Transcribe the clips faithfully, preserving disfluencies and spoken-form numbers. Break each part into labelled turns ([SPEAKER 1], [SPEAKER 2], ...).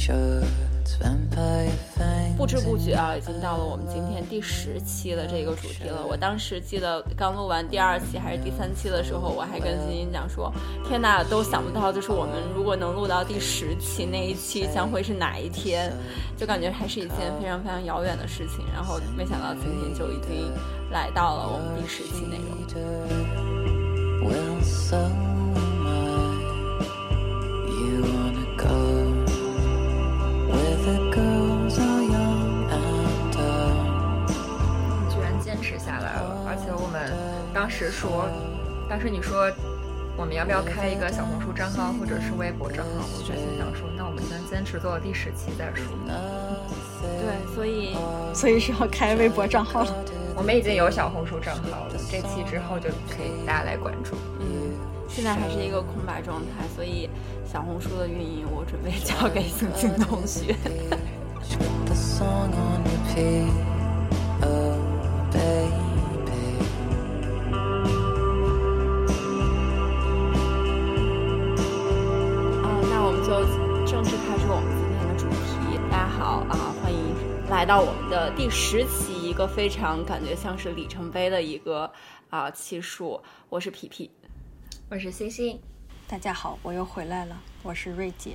[SPEAKER 1] 不知不觉啊，已经到了我们今天第十期的这个主题了。我当时记得刚录完第二期还是第三期的时候，我还跟欣欣讲说，天哪，都想不到就是我们如果能录到第十期那一期将会是哪一天，就感觉还是一件非常非常遥远的事情。然后没想到今天就已经来到了我们第十期内容。
[SPEAKER 2] 下来了，而且我们当时说，当时你说我们要不要开一个小红书账号或者是微博账号，我就心想说，那我们先坚持做到第十期再说。
[SPEAKER 1] 对，所以
[SPEAKER 3] 所以是要开微博账号了。
[SPEAKER 2] 我们已经有小红书账号了，这期之后就可以大家来关注。
[SPEAKER 1] 嗯，现在还是一个空白状态，所以小红书的运营我准备交给星星同学。来到我们的第十期，一个非常感觉像是里程碑的一个啊、呃、期数。我是皮皮，
[SPEAKER 2] 我是星星。
[SPEAKER 3] 大家好，我又回来了，我是瑞姐。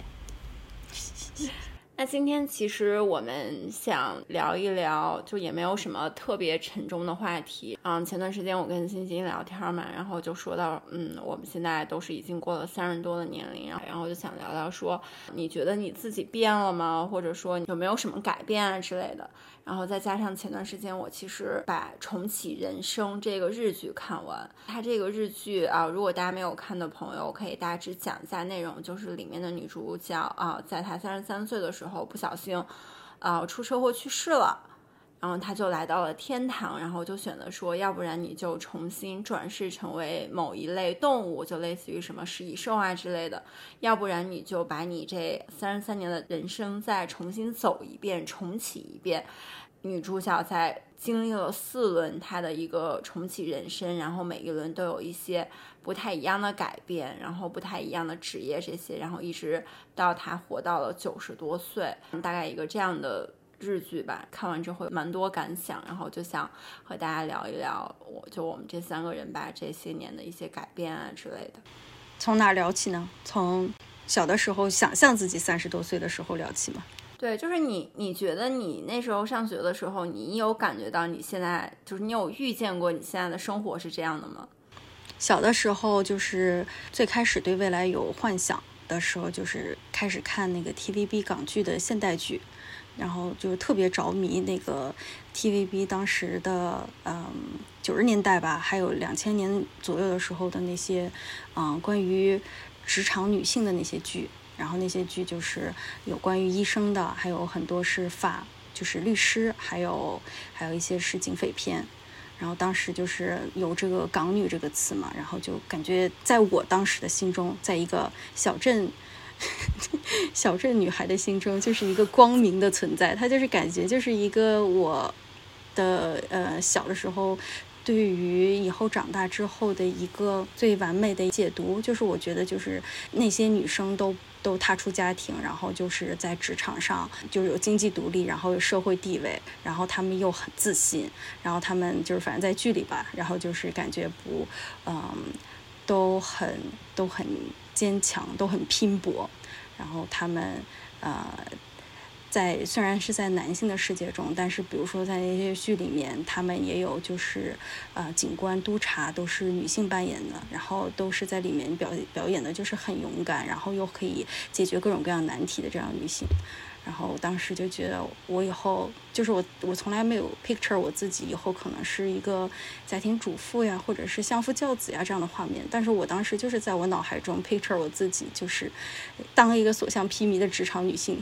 [SPEAKER 1] 那今天其实我们想聊一聊，就也没有什么特别沉重的话题。嗯，前段时间我跟欣欣聊天嘛，然后就说到，嗯，我们现在都是已经过了三十多的年龄，然后就想聊聊说，你觉得你自己变了吗？或者说有没有什么改变啊之类的。然后再加上前段时间我其实把重启人生这个日剧看完，它这个日剧啊，如果大家没有看的朋友可以大致讲一下内容，就是里面的女主角啊，在她三十三岁的时候不小心啊出车祸去世了，然后她就来到了天堂，然后就选择说，要不然你就重新转世成为某一类动物，就类似于什么食蚁兽啊之类的，要不然你就把你这三十三年的人生再重新走一遍，重启一遍。女主角在经历了四轮她的一个重启人生，然后每一轮都有一些不太一样的改变，然后不太一样的职业这些，然后一直到她活到了九十多岁，大概一个这样的日剧吧。看完之后蛮多感想，然后就想和大家聊一聊，我就我们这三个人吧这些年的一些改变啊之类的。
[SPEAKER 3] 从哪聊起呢？从小的时候想象自己三十多岁的时候聊起吗？
[SPEAKER 1] 对，就是你你觉得你那时候上学的时候，你有感觉到你现在就是你有预见过你现在的生活是这样的吗？
[SPEAKER 3] 小的时候就是最开始对未来有幻想的时候，就是开始看那个 T V B 港剧的现代剧，然后就特别着迷那个 T V B 当时的嗯九十年代吧，还有两千年左右的时候的那些嗯关于职场女性的那些剧。然后那些剧就是有关于医生的，还有很多是法就是律师，还有还有一些是警匪片。然后当时就是有这个港女这个词嘛，然后就感觉在我当时的心中，在一个小镇小镇女孩的心中，就是一个光明的存在。它就是感觉就是一个我的呃小的时候对于以后长大之后的一个最完美的解读，就是我觉得就是那些女生都都踏出家庭，然后就是在职场上就有经济独立，然后有社会地位，然后他们又很自信，然后他们就是反正在剧里吧，然后就是感觉不嗯都很都很坚强，都很拼搏，然后他们呃在虽然是在男性的世界中，但是比如说在那些剧里面，他们也有就是呃警官督察都是女性扮演的，然后都是在里面表表演的就是很勇敢，然后又可以解决各种各样难题的这样女性。然后当时就觉得我以后就是我我从来没有 picture 我自己以后可能是一个家庭主妇呀，或者是相夫教子呀这样的画面，但是我当时就是在我脑海中 picture 我自己就是当一个所向披靡的职场女性。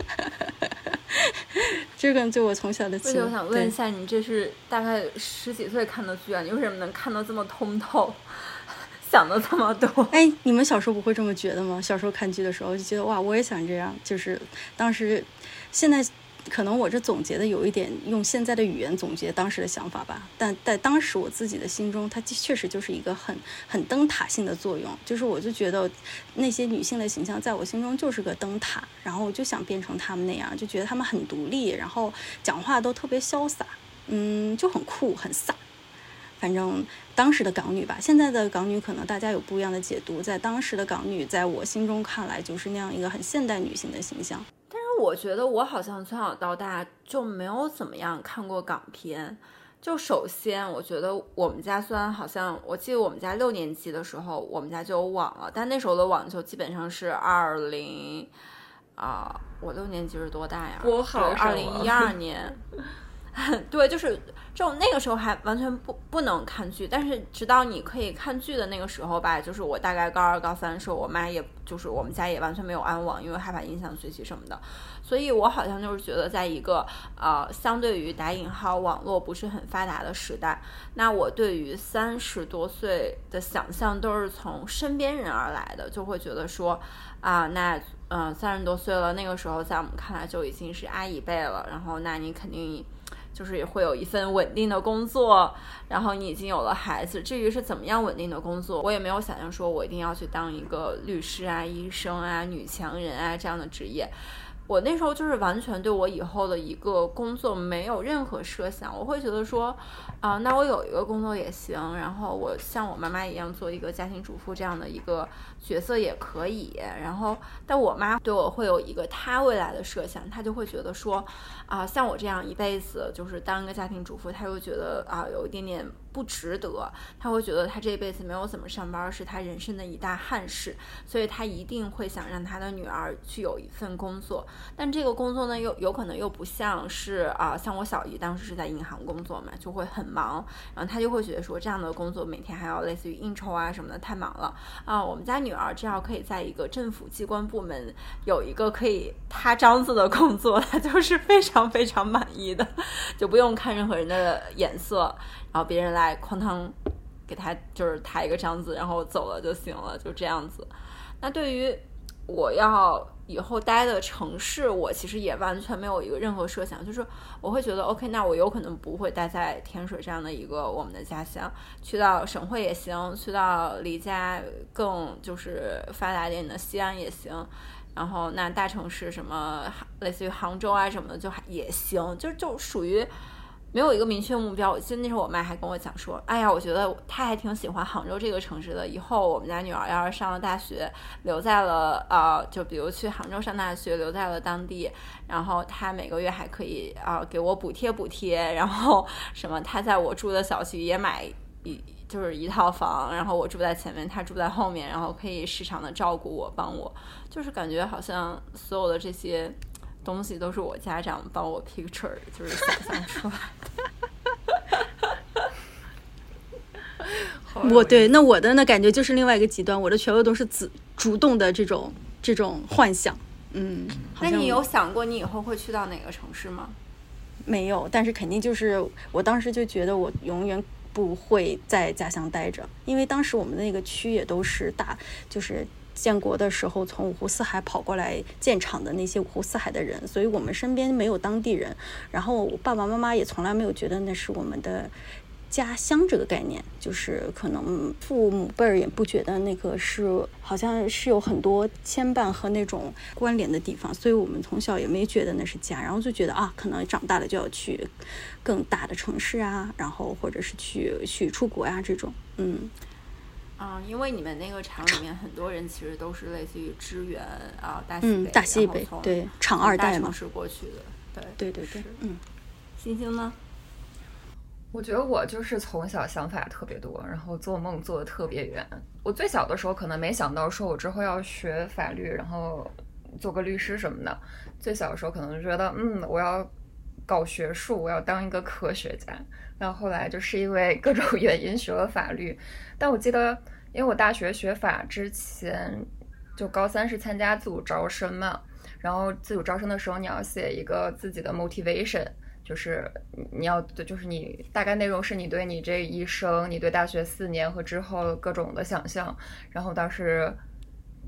[SPEAKER 3] 这个就我从小的
[SPEAKER 1] 期望。我想问一下，你这是大概十几岁看的剧啊？你为什么能看得这么通透，想的这么多？
[SPEAKER 3] 哎，你们小时候不会这么觉得吗？小时候看剧的时候就觉得哇，我也想这样。就是当时，现在可能我这总结的有一点用现在的语言总结当时的想法吧，但在当时我自己的心中，它确实就是一个很很灯塔性的作用，就是我就觉得那些女性的形象在我心中就是个灯塔，然后我就想变成她们那样，就觉得她们很独立，然后讲话都特别潇洒，嗯，就很酷很飒。反正当时的港女吧，现在的港女可能大家有不一样的解读，在当时的港女在我心中看来就是那样一个很现代女性的形象。
[SPEAKER 1] 但是我觉得我好像从小到大就没有怎么样看过港片。就首先我觉得我们家虽然好像我记得我们家六年级的时候我们家就有网了，但那时候的网就基本上是二零啊，我六年级是多大呀？
[SPEAKER 2] 我好
[SPEAKER 1] 二零一二年。对，就是这种那个时候还完全不不能看剧，但是直到你可以看剧的那个时候吧，就是我大概高二高三的时候，我妈也就是我们家也完全没有安网，因为害怕影响学习什么的，所以我好像就是觉得在一个呃相对于打引号网络不是很发达的时代，那我对于三十多岁的想象都是从身边人而来的，就会觉得说啊、呃、那嗯三十多岁了，那个时候在我们看来就已经是阿姨辈了，然后那你肯定就是会有一份稳定的工作，然后你已经有了孩子，至于是怎么样稳定的工作，我也没有想象说我一定要去当一个律师啊、医生啊、女强人啊这样的职业。我那时候就是完全对我以后的一个工作没有任何设想，我会觉得说啊、呃，那我有一个工作也行，然后我像我妈妈一样做一个家庭主妇这样的一个角色也可以，然后但我妈对我会有一个她未来的设想，她就会觉得说啊、呃，像我这样一辈子就是当一个家庭主妇，她会觉得啊、呃、有一点点不值得，她会觉得她这一辈子没有怎么上班是她人生的一大憾事，所以她一定会想让她的女儿去有一份工作。但这个工作呢，又有可能又不像是啊、呃，像我小姨当时是在银行工作嘛，就会很忙，然后她就会觉得说这样的工作每天还要类似于应酬啊什么的，太忙了啊、呃。我们家女儿只要可以在一个政府机关部门有一个可以踏章子的工作，她就是非常非常满意的，就不用看任何人的眼色，然后别人来哐当给她就是踏一个章子，然后走了就行了，就这样子。那对于我要以后待的城市，我其实也完全没有一个任何设想，就是我会觉得 OK， 那我有可能不会待在天水这样的一个我们的家乡，去到省会也行，去到离家更就是发达点的西安也行，然后那大城市什么类似于杭州啊什么的就也行，就就属于没有一个明确目标。我记得那时候我妈还跟我讲说，哎呀，我觉得她还挺喜欢杭州这个城市的，以后我们家女儿要是上了大学，留在了呃，就比如去杭州上大学，留在了当地，然后她每个月还可以啊、呃、给我补贴补贴，然后什么她在我住的小区也买一就是一套房，然后我住在前面，她住在后面，然后可以时常的照顾我，帮我，就是感觉好像所有的这些东西都是我家长帮我 picture， 就是想象出来
[SPEAKER 3] 的。我对，那我的呢感觉就是另外一个极端，我的全部都是主主动的这种这种幻想。嗯，
[SPEAKER 1] 那你有想过你以后会去到哪个城市吗？
[SPEAKER 3] 没有，但是肯定就是我当时就觉得我永远不会在家乡待着，因为当时我们那个区也都是大，就是建国的时候从五湖四海跑过来建厂的那些五湖四海的人，所以我们身边没有当地人，然后我爸爸妈妈也从来没有觉得那是我们的家乡这个概念，就是可能父母辈儿也不觉得那个是好像是有很多牵绊和那种关联的地方，所以我们从小也没觉得那是家，然后就觉得啊，可能长大了就要去更大的城市啊，然后或者是去去出国啊这种。嗯
[SPEAKER 1] 啊、嗯，因为你们那个厂里面很多人其实都是类似于支援啊、呃、大西
[SPEAKER 3] 北，嗯、大西北对厂二代嘛，
[SPEAKER 1] 是过去的，
[SPEAKER 3] 对对对对，嗯。
[SPEAKER 1] 星星呢？
[SPEAKER 2] 我觉得我就是从小想法特别多，然后做梦做得特别远。我最小的时候可能没想到说我之后要学法律，然后做个律师什么的。最小的时候可能觉得，嗯，我要搞学术，我要当一个科学家。然后后来就是因为各种原因学了法律。但我记得，因为我大学学法之前，就高三是参加自主招生嘛，然后自主招生的时候你要写一个自己的 motivation。就是你要对，就是你大概内容是你对你这一生，你对大学四年和之后各种的想象。然后当时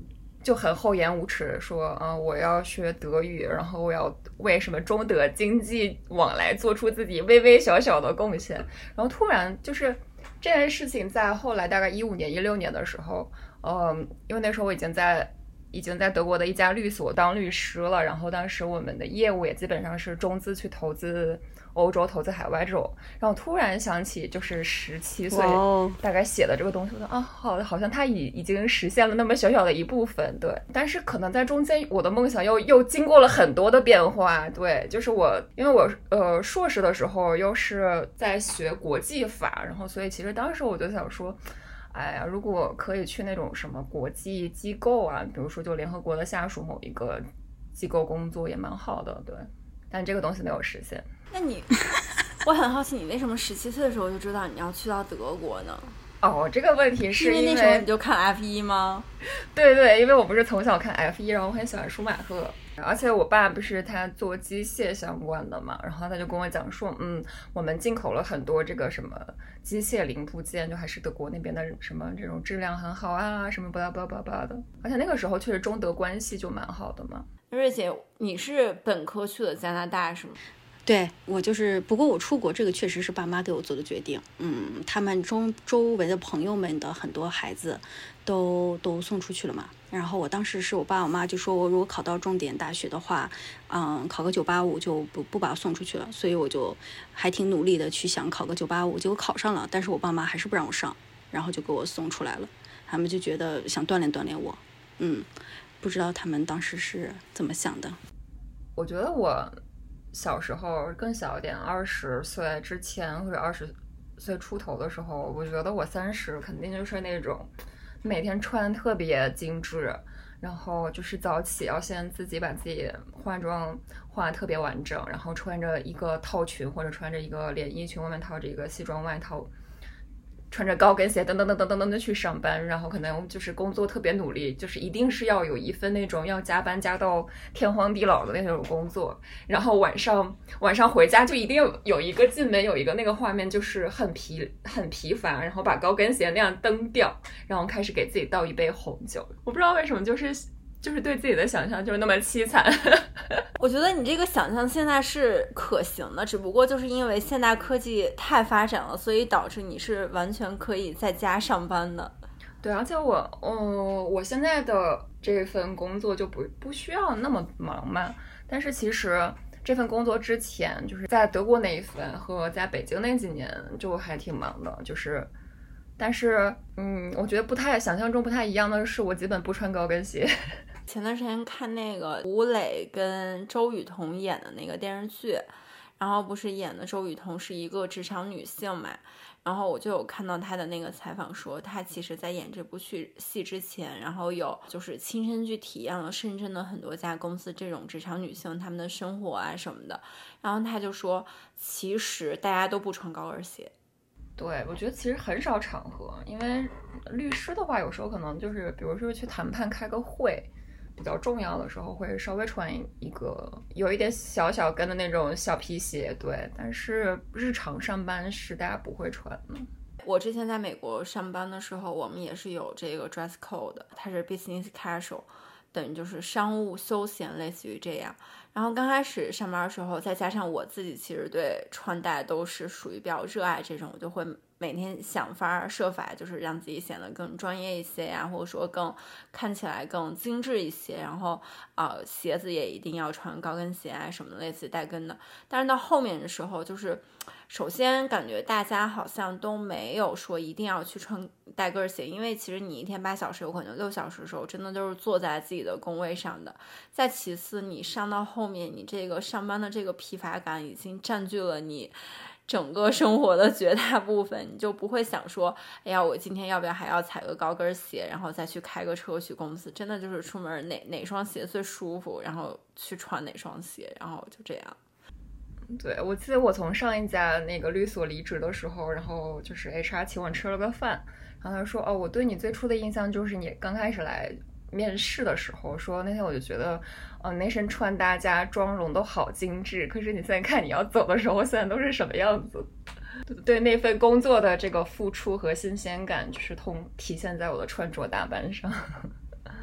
[SPEAKER 2] 就很厚颜无耻说，嗯、呃，我要学德语，然后我要为什么中德经济往来做出自己微微小小的贡献。然后突然就是这件事情在后来大概一五年一六年的时候，嗯，因为那时候我已经在已经在德国的一家律所当律师了，然后当时我们的业务也基本上是中资去投资欧洲、投资海外这种，然后突然想起就是十七岁大概写的这个东西，我说啊，好，好像它已已经实现了那么小小的一部分，对，但是可能在中间我的梦想又又经过了很多的变化，对，就是我因为我呃硕士的时候又是在学国际法，然后所以其实当时我就想说，哎呀，如果可以去那种什么国际机构啊，比如说就联合国的下属某一个机构工作也蛮好的，对，但这个东西没有实现。
[SPEAKER 1] 那你，我很好奇，你为什么十七岁的时候就知道你要去到德国呢？
[SPEAKER 2] 哦，这个问题是因为
[SPEAKER 1] 因为那时候你就看 F 一 吗？
[SPEAKER 2] 对对，因为我不是从小看 F 一，然后我很喜欢舒马赫，而且我爸不是他做机械相关的嘛，然后他就跟我讲说，嗯，我们进口了很多这个什么机械零部件，就还是德国那边的什么这种质量很好啊，什么巴拉巴拉巴拉的，而且那个时候确实中德关系就蛮好的嘛。
[SPEAKER 1] 瑞姐，你是本科去的加拿大是吗？
[SPEAKER 3] 对，我就是，不过我出国这个确实是爸妈给我做的决定。嗯，他们中周围的朋友们的很多孩子都都送出去了嘛。然后我当时是我爸我妈就说我如果考到重点大学的话，嗯，考个九八五就不不把我送出去了。所以我就还挺努力的去想考个九八五，结果考上了，但是我爸妈还是不让我上，然后就给我送出来了。他们就觉得想锻炼锻炼我。嗯，不知道他们当时是怎么想的。
[SPEAKER 2] 我觉得我小时候更小一点，二十岁之前或者二十岁出头的时候，我觉得我三十肯定就是那种每天穿特别精致，然后就是早起要先自己把自己化妆化得特别完整，然后穿着一个套裙或者穿着一个连衣裙，外面套着一个西装外套，穿着高跟鞋等等等等等等的去上班，然后可能就是工作特别努力，就是一定是要有一份那种要加班加到天荒地老的那种工作，然后晚上晚上回家就一定有有一个进门有一个那个画面，就是很疲很疲乏，然后把高跟鞋那样蹬掉，然后开始给自己倒一杯红酒。我不知道为什么就是就是对自己的想象就是那么凄惨。
[SPEAKER 1] 我觉得你这个想象现在是可行的，只不过就是因为现代科技太发展了，所以导致你是完全可以在家上班的。
[SPEAKER 2] 对，而且我嗯，我现在的这份工作就不不需要那么忙嘛，但是其实这份工作之前就是在德国那一份和在北京那几年就还挺忙的，就是但是嗯，我觉得不太想象中不太一样的是，我基本不穿高跟鞋。
[SPEAKER 1] 前段时间看那个吴磊跟周雨彤演的那个电视剧，然后不是演的周雨彤是一个职场女性嘛，然后我就有看到她的那个采访说，她其实在演这部戏戏之前，然后有就是亲身去体验了深圳的很多家公司这种职场女性她们的生活啊什么的，然后她就说其实大家都不穿高跟鞋。
[SPEAKER 2] 对，我觉得其实很少场合，因为律师的话有时候可能就是比如说去谈判开个会比较重要的时候会稍微穿一个有一点小小跟的那种小皮鞋，对，但是日常上班是大家不会穿的。
[SPEAKER 1] 我之前在美国上班的时候，我们也是有这个 dress code， 它是 business casual， 等于就是商务休闲，类似于这样。然后刚开始上班的时候，再加上我自己其实对穿戴都是属于比较热爱这种，我就会每天想法设法就是让自己显得更专业一些呀，或者说更看起来更精致一些，然后呃鞋子也一定要穿高跟鞋啊什么的，类似于带跟的。但是到后面的时候，就是首先感觉大家好像都没有说一定要去穿带跟鞋，因为其实你一天八小时有可能六小时的时候真的都是坐在自己的工位上的。再其次，你上到后面你这个上班的这个疲乏感已经占据了你整个生活的绝大部分，你就不会想说哎呀我今天要不要还要踩个高跟鞋然后再去开个车去公司，真的就是出门哪哪双鞋最舒服然后去穿哪双鞋，然后就这样。
[SPEAKER 2] 对，我记得我从上一家那个律所离职的时候，然后就是 H R 请我吃了个饭，然后他说哦，我对你最初的印象就是你刚开始来面试的时候，说那天我就觉得呃那身穿搭加妆容都好精致，可是你现在看你要走的时候现在都是什么样子。对那份工作的这个付出和新鲜感就是通体现在我的穿着打扮上。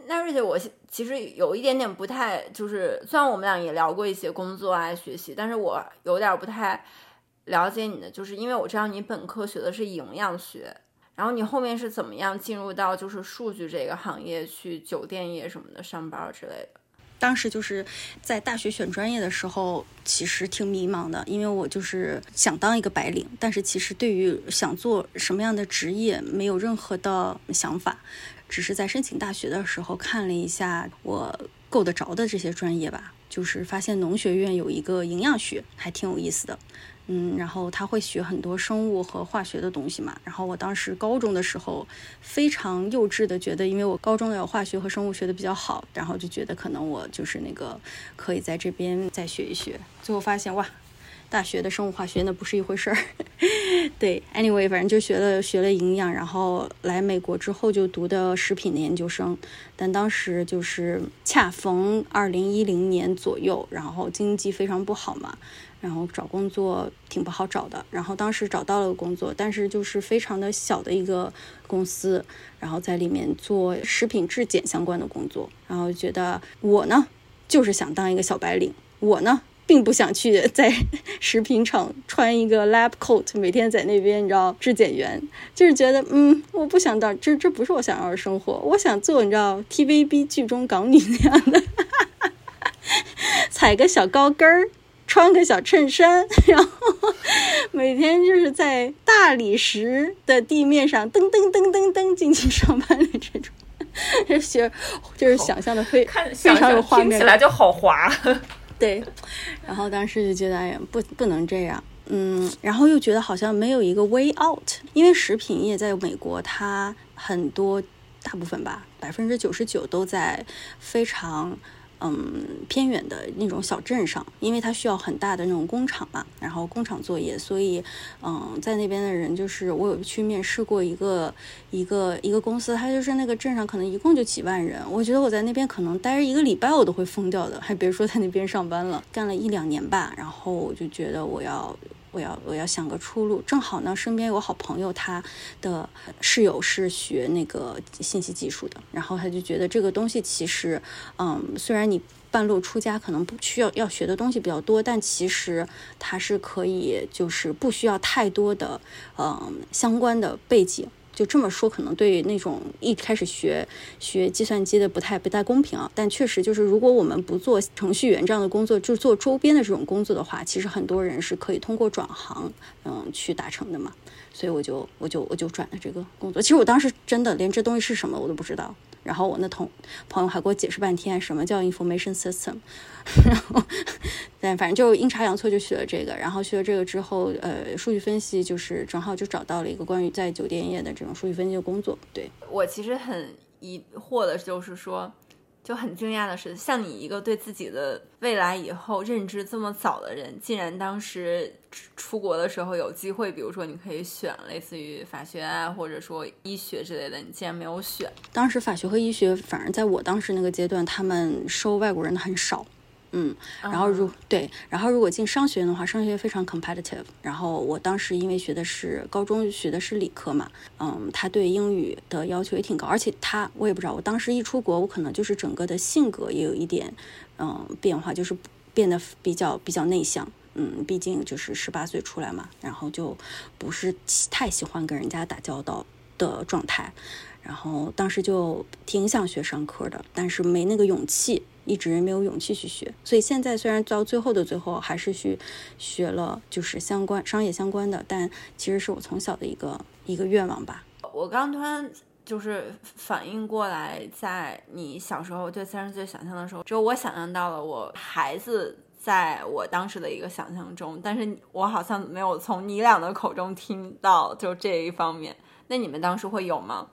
[SPEAKER 1] 那瑞姐，我其实有一点点不太，就是虽然我们俩也聊过一些工作啊、学习，但是我有点不太了解你的，就是因为我知道你本科学的是营养学，然后你后面是怎么样进入到就是数据这个行业，去酒店业什么的上班之类的？
[SPEAKER 3] 当时就是在大学选专业的时候，其实挺迷茫的，因为我就是想当一个白领，但是其实对于想做什么样的职业没有任何的想法，只是在申请大学的时候看了一下我够得着的这些专业吧，就是发现农学院有一个营养学还挺有意思的。嗯，然后他会学很多生物和化学的东西嘛。然后我当时高中的时候非常幼稚的觉得，因为我高中有化学和生物学的比较好，然后就觉得可能我就是那个可以在这边再学一学。最后发现哇，大学的生物化学那不是一回事儿。对 ，anyway， 反正就学了学了营养，然后来美国之后就读的食品的研究生。但当时就是恰逢二零一零年左右，然后经济非常不好嘛。然后找工作挺不好找的，然后当时找到了个工作，但是就是非常的小的一个公司，然后在里面做食品质检相关的工作，然后觉得我呢就是想当一个小白领，我呢并不想去在食品厂穿一个 lab coat 每天在那边你知道质检员，就是觉得嗯我不想当，这这不是我想要的生活，我想做你知道 T V B 剧中港女那样的踩个小高跟儿，穿个小衬衫，然后每天就是在大理石的地面上噔噔噔噔噔进去上班的这种，这学就是想象的非非常有画面，
[SPEAKER 2] 听起来就好滑。
[SPEAKER 3] 对，然后当时就觉得哎呀，不不能这样，嗯，然后又觉得好像没有一个 way out， 因为食品业在美国它很多大部分吧，百分之九十九都在非常。嗯，偏远的那种小镇上，因为它需要很大的那种工厂嘛，然后工厂作业，所以嗯，在那边的人就是我有去面试过一个一个一个公司，它就是那个镇上可能一共就几万人，我觉得我在那边可能待着一个礼拜我都会疯掉的，还别说在那边上班了，干了一两年吧，然后我就觉得我要。我要我要想个出路，正好呢，身边有好朋友，他的室友是学那个信息技术的，然后他就觉得这个东西其实，嗯，虽然你半路出家可能不需要要学的东西比较多，但其实它是可以就是不需要太多的嗯相关的背景。就这么说可能对那种一开始学学计算机的不太不太公平啊，但确实就是如果我们不做程序员这样的工作，就做周边的这种工作的话，其实很多人是可以通过转行嗯去达成的嘛，所以我就我就我就转了这个工作。其实我当时真的连这东西是什么我都不知道，然后我那同朋友还给我解释半天什么叫 information system， 然后但反正就阴差阳错就学了这个，然后学了这个之后呃，数据分析就是正好就找到了一个关于在酒店业的这种数据分析的工作。对，
[SPEAKER 1] 我其实很疑惑的就是说就很惊讶的是，像你一个对自己的未来以后认知这么早的人，竟然当时出国的时候有机会，比如说你可以选类似于法学啊或者说医学之类的，你竟然没有选。
[SPEAKER 3] 当时法学和医学反而在我当时那个阶段他们收外国人的很少，嗯，然后如、uh-huh. 对，然后如果进商学院的话，商学院非常 competitive。然后我当时因为学的是高中学的是理科嘛，嗯，他对英语的要求也挺高，而且他我也不知道，我当时一出国，我可能就是整个的性格也有一点嗯变化，就是变得比较比较内向。嗯，毕竟就是十八岁出来嘛，然后就不是太喜欢跟人家打交道的状态。然后当时就挺想学商科的，但是没那个勇气。一直没有勇气去学，所以现在虽然到最后的最后还是去学了就是相关商业相关的，但其实是我从小的一个一个愿望吧。
[SPEAKER 1] 我刚突然就是反应过来，在你小时候对三十岁想象的时候，只有我想象到了我孩子在我当时的一个想象中，但是我好像没有从你俩的口中听到就这一方面。那你们当时会有吗？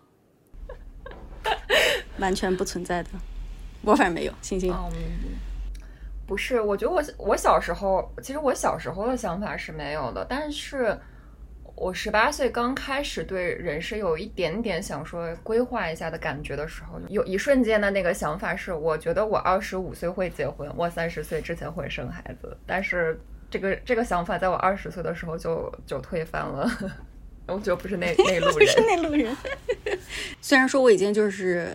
[SPEAKER 3] 完全不存在的。我反正没有，星星。
[SPEAKER 2] 嗯，不是，我觉得我我小时候，其实我小时候的想法是没有的，但是我十八岁刚开始对人生有一点点想说规划一下的感觉的时候，有一瞬间的那个想法是，我觉得我二十五岁会结婚，我三十岁之前会生孩子，但是这个这个想法在我二十岁的时候就就推翻了。我觉得不是那那路人，
[SPEAKER 3] 不是那路人。虽然说我已经就是。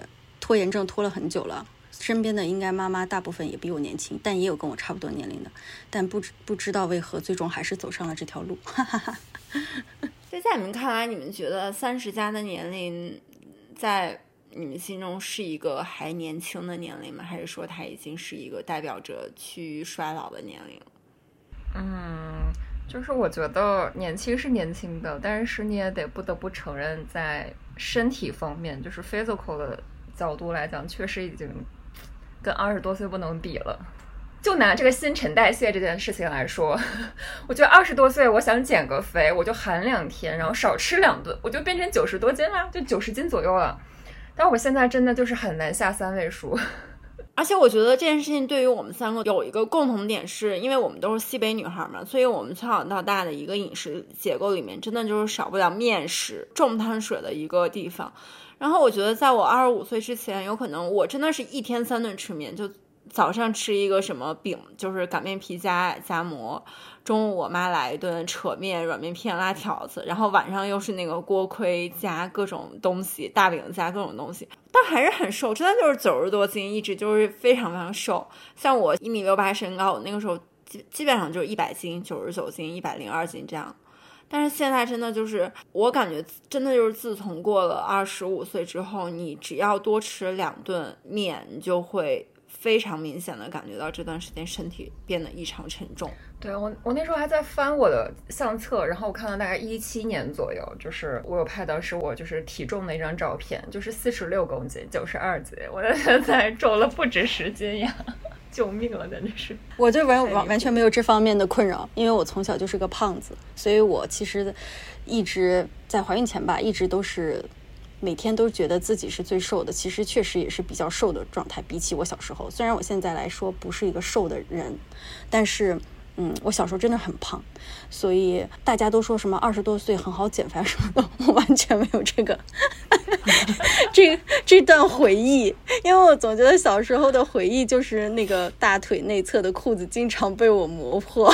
[SPEAKER 3] 拖延症拖了很久了。身边的应该妈妈大部分也比我年轻，但也有跟我差不多年龄的，但不不知道为何最终还是走上了这条路。
[SPEAKER 1] 所以在你们看来，你们觉得三十加的年龄在你们心中是一个还年轻的年龄吗？还是说它已经是一个代表着趋于衰老的年龄？
[SPEAKER 2] 嗯，就是我觉得年轻是年轻的，但是你也得不得不承认，在身体方面，就是 physical 的角度来讲，确实已经跟二十多岁不能比了。就拿这个新陈代谢这件事情来说，我觉得二十多岁我想减个肥，我就含两天，然后少吃两顿，我就变成九十多斤了，就九十斤左右了。但我现在真的就是很难下三位数。
[SPEAKER 1] 而且我觉得这件事情对于我们三个有一个共同点，是因为我们都是西北女孩嘛，所以我们从小到大的一个饮食结构里面真的就是少不了面食，重碳水的一个地方。然后我觉得在我二十五岁之前，有可能我真的是一天三顿吃面，就早上吃一个什么饼，就是擀面皮加夹馍，中午我妈来一顿扯面、软面片、拉条子，然后晚上又是那个锅盔加各种东西，大饼加各种东西，但还是很瘦，真的就是九十多斤，一直就是非常非常瘦。像我一米六八身高，我那个时候基基本上就是一百斤、九十九斤、一百零二斤这样。但是现在真的就是我感觉真的就是自从过了二十五岁之后，你只要多吃两顿面，你就会非常明显的感觉到这段时间身体变得异常沉重。
[SPEAKER 2] 对，我我那时候还在翻我的相册，然后我看到大概一七年左右，就是我有拍到是我就是体重的一张照片，就是四十六公斤，九十二斤，我现在重了不止十斤呀，救命了，简直是！
[SPEAKER 3] 我就完完完全没有这方面的困扰，因为我从小就是个胖子，所以我其实一直在怀孕前吧，一直都是每天都觉得自己是最瘦的，其实确实也是比较瘦的状态，比起我小时候。虽然我现在来说不是一个瘦的人，但是嗯，我小时候真的很胖，所以大家都说什么二十多岁很好减肥什么的，我完全没有这个这这段回忆，因为我总觉得小时候的回忆就是那个大腿内侧的裤子经常被我磨破。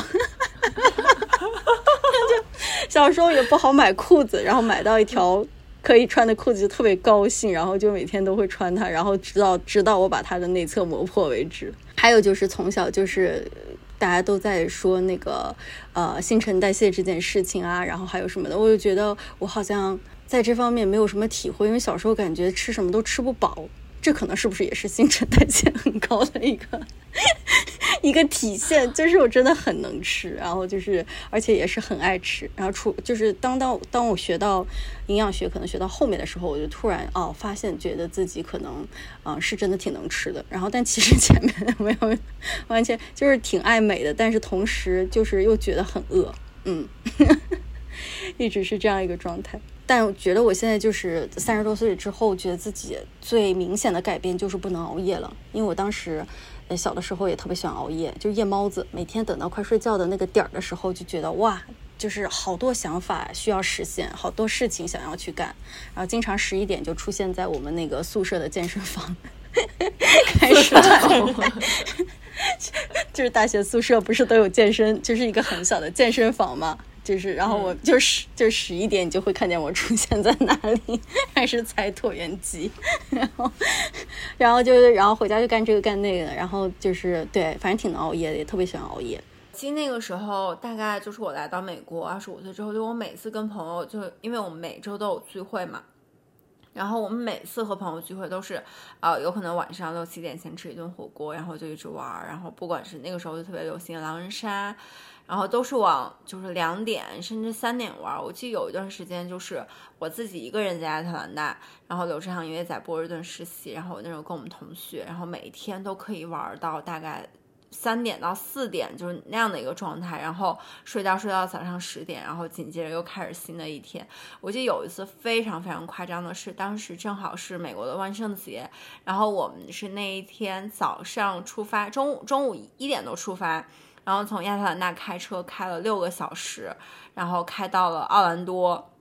[SPEAKER 3] 小时候也不好买裤子，然后买到一条可以穿的裤子就特别高兴，然后就每天都会穿它，然后直到直到我把它的内侧磨破为止。还有就是从小就是大家都在说那个呃新陈代谢这件事情啊，然后还有什么的，我就觉得我好像在这方面没有什么体会，因为小时候感觉吃什么都吃不饱，这可能是不是也是新陈代谢很高的一个一个体现，就是我真的很能吃，然后就是而且也是很爱吃，然后出就是当当当我学到营养学可能学到后面的时候，我就突然哦发现觉得自己可能啊、呃、是真的挺能吃的，然后但其实前面没有完全就是挺爱美的，但是同时就是又觉得很饿，嗯一直是这样一个状态。但我觉得我现在就是三十多岁之后，觉得自己最明显的改变就是不能熬夜了。因为我当时小的时候也特别喜欢熬夜，就是夜猫子，每天等到快睡觉的那个点儿的时候，就觉得哇，就是好多想法需要实现，好多事情想要去干，然后经常十一点就出现在我们那个宿舍的健身房开始就是大学宿舍不是都有健身，就是一个很小的健身房嘛，就是然后我就十就十一点你就会看见我出现在哪里，开始踩椭圆机，然后然后就是然后回家就干这个干那个的，然后就是对，反正挺能熬夜的，也特别喜欢熬夜。
[SPEAKER 1] 其实那个时候大概就是我来到美国二十五岁之后，就我每次跟朋友，就因为我们每周都有聚会嘛，然后我们每次和朋友聚会都是呃，有可能晚上六七点先吃一顿火锅，然后就一直玩，然后不管是那个时候就特别流行狼人杀，然后都是往就是两点甚至三点玩。我记得有一段时间就是我自己一个人在亚特兰大，然后刘志航因为在波士顿实习，然后我那时候跟我们同学，然后每一天都可以玩到大概三点到四点，就是那样的一个状态，然后睡觉睡到早上十点，然后紧接着又开始新的一天。我记得有一次非常非常夸张的是，当时正好是美国的万圣节，然后我们是那一天早上出发，中午中午一点多出发，然后从亚特兰大开车开了六个小时，然后开到了奥兰多，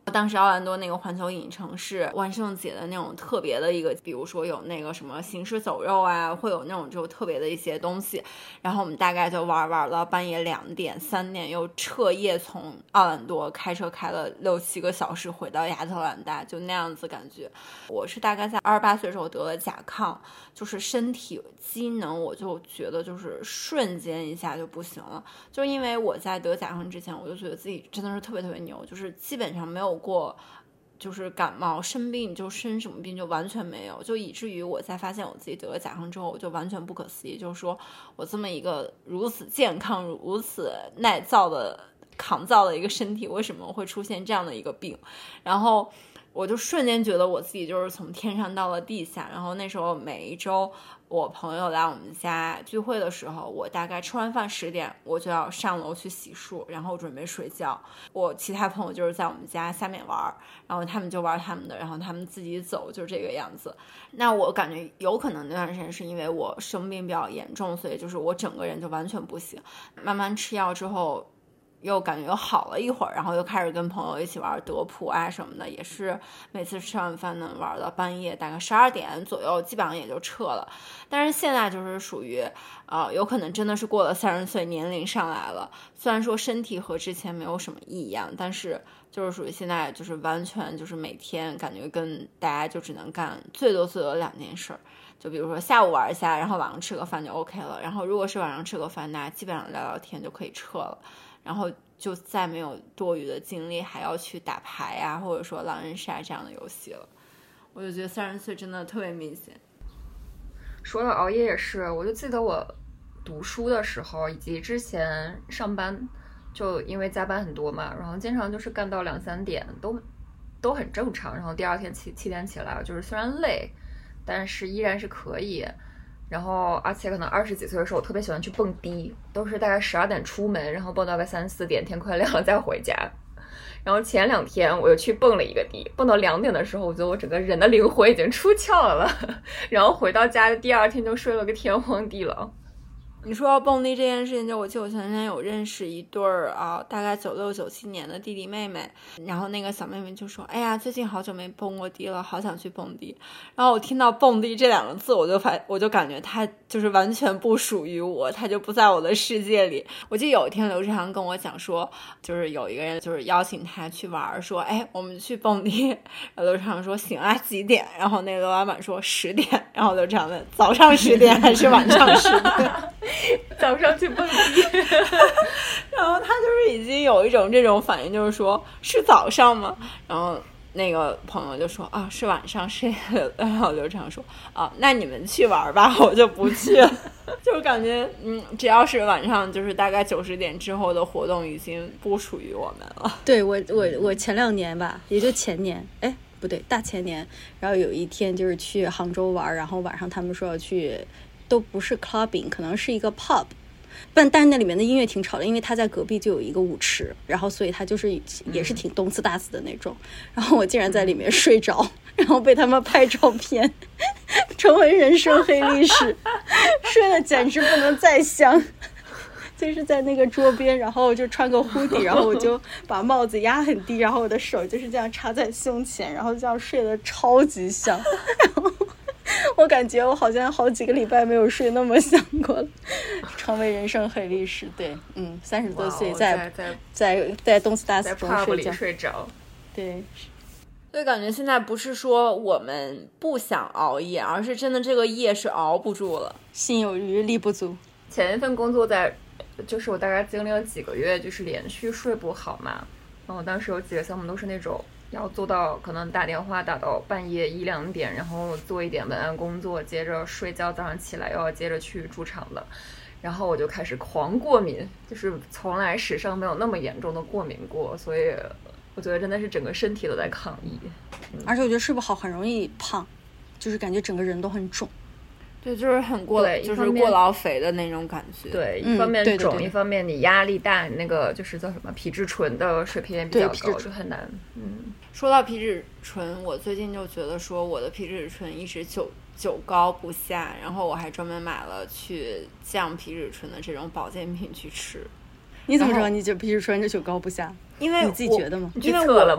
[SPEAKER 1] 当时奥兰多那个环球影城是万圣节的那种特别的一个，比如说有那个什么行尸走肉啊，会有那种就特别的一些东西，然后我们大概就玩玩到半夜两点三点，又彻夜从奥兰多开车开了六七个小时回到亚特兰大，就那样子感觉。我是大概在二十八岁的时候得了甲亢，就是身体机能我就觉得就是瞬间一下就不行了，就因为我在得甲亢之前我就觉得自己真的是特别特别牛，就是基本上没有过就是感冒生病就生什么病就完全没有，就以至于我在发现我自己得了甲亢之后，我就完全不可思议，就是说我这么一个如此健康如此耐造的抗造的一个身体为什么会出现这样的一个病，然后我就瞬间觉得我自己就是从天上到了地下。然后那时候每一周我朋友来我们家聚会的时候，我大概吃完饭十点我就要上楼去洗漱，然后准备睡觉。我其他朋友就是在我们家下面玩，然后他们就玩他们的，然后他们自己走，就这个样子。那我感觉有可能那段时间是因为我生病比较严重，所以就是我整个人就完全不行。慢慢吃药之后又感觉又好了一会儿，然后又开始跟朋友一起玩德扑啊什么的，也是每次吃完饭能玩到半夜大概十二点左右，基本上也就撤了。但是现在就是属于呃，有可能真的是过了三十岁，年龄上来了，虽然说身体和之前没有什么异样，但是就是属于现在就是完全就是每天感觉跟大家就只能干最多最多两件事，就比如说下午玩一下，然后晚上吃个饭就 OK 了，然后如果是晚上吃个饭，大家基本上聊聊天就可以撤了，然后就再没有多余的精力还要去打牌啊，或者说狼人杀这样的游戏了。我就觉得三十岁真的特别明显。
[SPEAKER 2] 说到熬夜也是，我就记得我读书的时候以及之前上班，就因为加班很多嘛，然后经常就是干到两三点都都很正常，然后第二天七七点起来，就是虽然累，但是依然是可以。然后而且可能二十几岁的时候我特别喜欢去蹦迪，都是大概十二点出门，然后蹦到个三四点，天快亮了再回家。然后前两天我又去蹦了一个迪，蹦到两点的时候我觉得我整个人的灵魂已经出窍了，然后回到家的第二天就睡了个天荒地老。
[SPEAKER 1] 你说到蹦迪这件事情，就我记得我前两天有认识一对儿啊，大概九六九七年的弟弟妹妹，然后那个小妹妹就说：“哎呀，最近好久没蹦过迪了，好想去蹦迪。”然后我听到蹦迪这两个字，我就发我就感觉他就是完全不属于我，他就不在我的世界里。我记得有一天刘志航跟我讲说，就是有一个人就是邀请他去玩，说：“哎，我们去蹦迪。”然后刘志航说：“行啊，几点？”然后那个刘老板说：“十点。”然后刘志航问：“早上十点还是晚上十点？”
[SPEAKER 2] 早上去蹦迪
[SPEAKER 1] 然后他就是已经有一种这种反应，就是说是早上吗？然后那个朋友就说啊是晚上是，然后刘畅说啊那你们去玩吧，我就不去了。就感觉嗯，只要是晚上就是大概九十点之后的活动已经不属于我们了。
[SPEAKER 3] 对，我我我前两年吧，也就前年，哎不对大前年，然后有一天就是去杭州玩，然后晚上他们说要去，都不是 clubbing， 可能是一个 pub， 但但是那里面的音乐挺吵的，因为他在隔壁就有一个舞池，然后所以他就是也是挺动次打次的那种，然后我竟然在里面睡着，然后被他们拍照片成为人生黑历史，睡得简直不能再香。就是在那个桌边，然后就穿个hoodie，然后我就把帽子压很低，然后我的手就是这样插在胸前，然后这样睡得超级香。然后我感觉我好像好几个礼拜没有睡那么香过了，成为人生黑历史。对，嗯，三十多岁在在在在动次打次中睡觉，
[SPEAKER 2] 睡着。
[SPEAKER 3] 对，
[SPEAKER 1] 所以感觉现在不是说我们不想熬夜，而是真的这个夜是熬不住了，
[SPEAKER 3] 心有余力不足。
[SPEAKER 2] 前一份工作在。就是我大概经历了几个月就是连续睡不好嘛，然后当时有几个项目都是那种要做到可能打电话打到半夜一两点，然后做一点文案工作，接着睡觉，早上起来又要接着去驻场的，然后我就开始狂过敏，就是从来史上没有那么严重的过敏过，所以我觉得真的是整个身体都在抗议、
[SPEAKER 3] 嗯、而且我觉得睡不好很容易胖，就是感觉整个人都很肿。
[SPEAKER 1] 对，就是很过，就是过劳肥的那种感觉。
[SPEAKER 2] 对，一方面肿、嗯、对对对，一方面你压力大，那个就是叫什么皮质醇的水平也比较高，就很难。嗯，
[SPEAKER 1] 说到皮质醇，我最近就觉得说我的皮质醇一直久久高不下，然后我还专门买了去降皮质醇的这种保健品去吃。
[SPEAKER 3] 你怎么知道你这皮质醇这久高不下？
[SPEAKER 1] 因为
[SPEAKER 3] 你自己觉得吗？
[SPEAKER 1] 因为
[SPEAKER 2] 测了吗？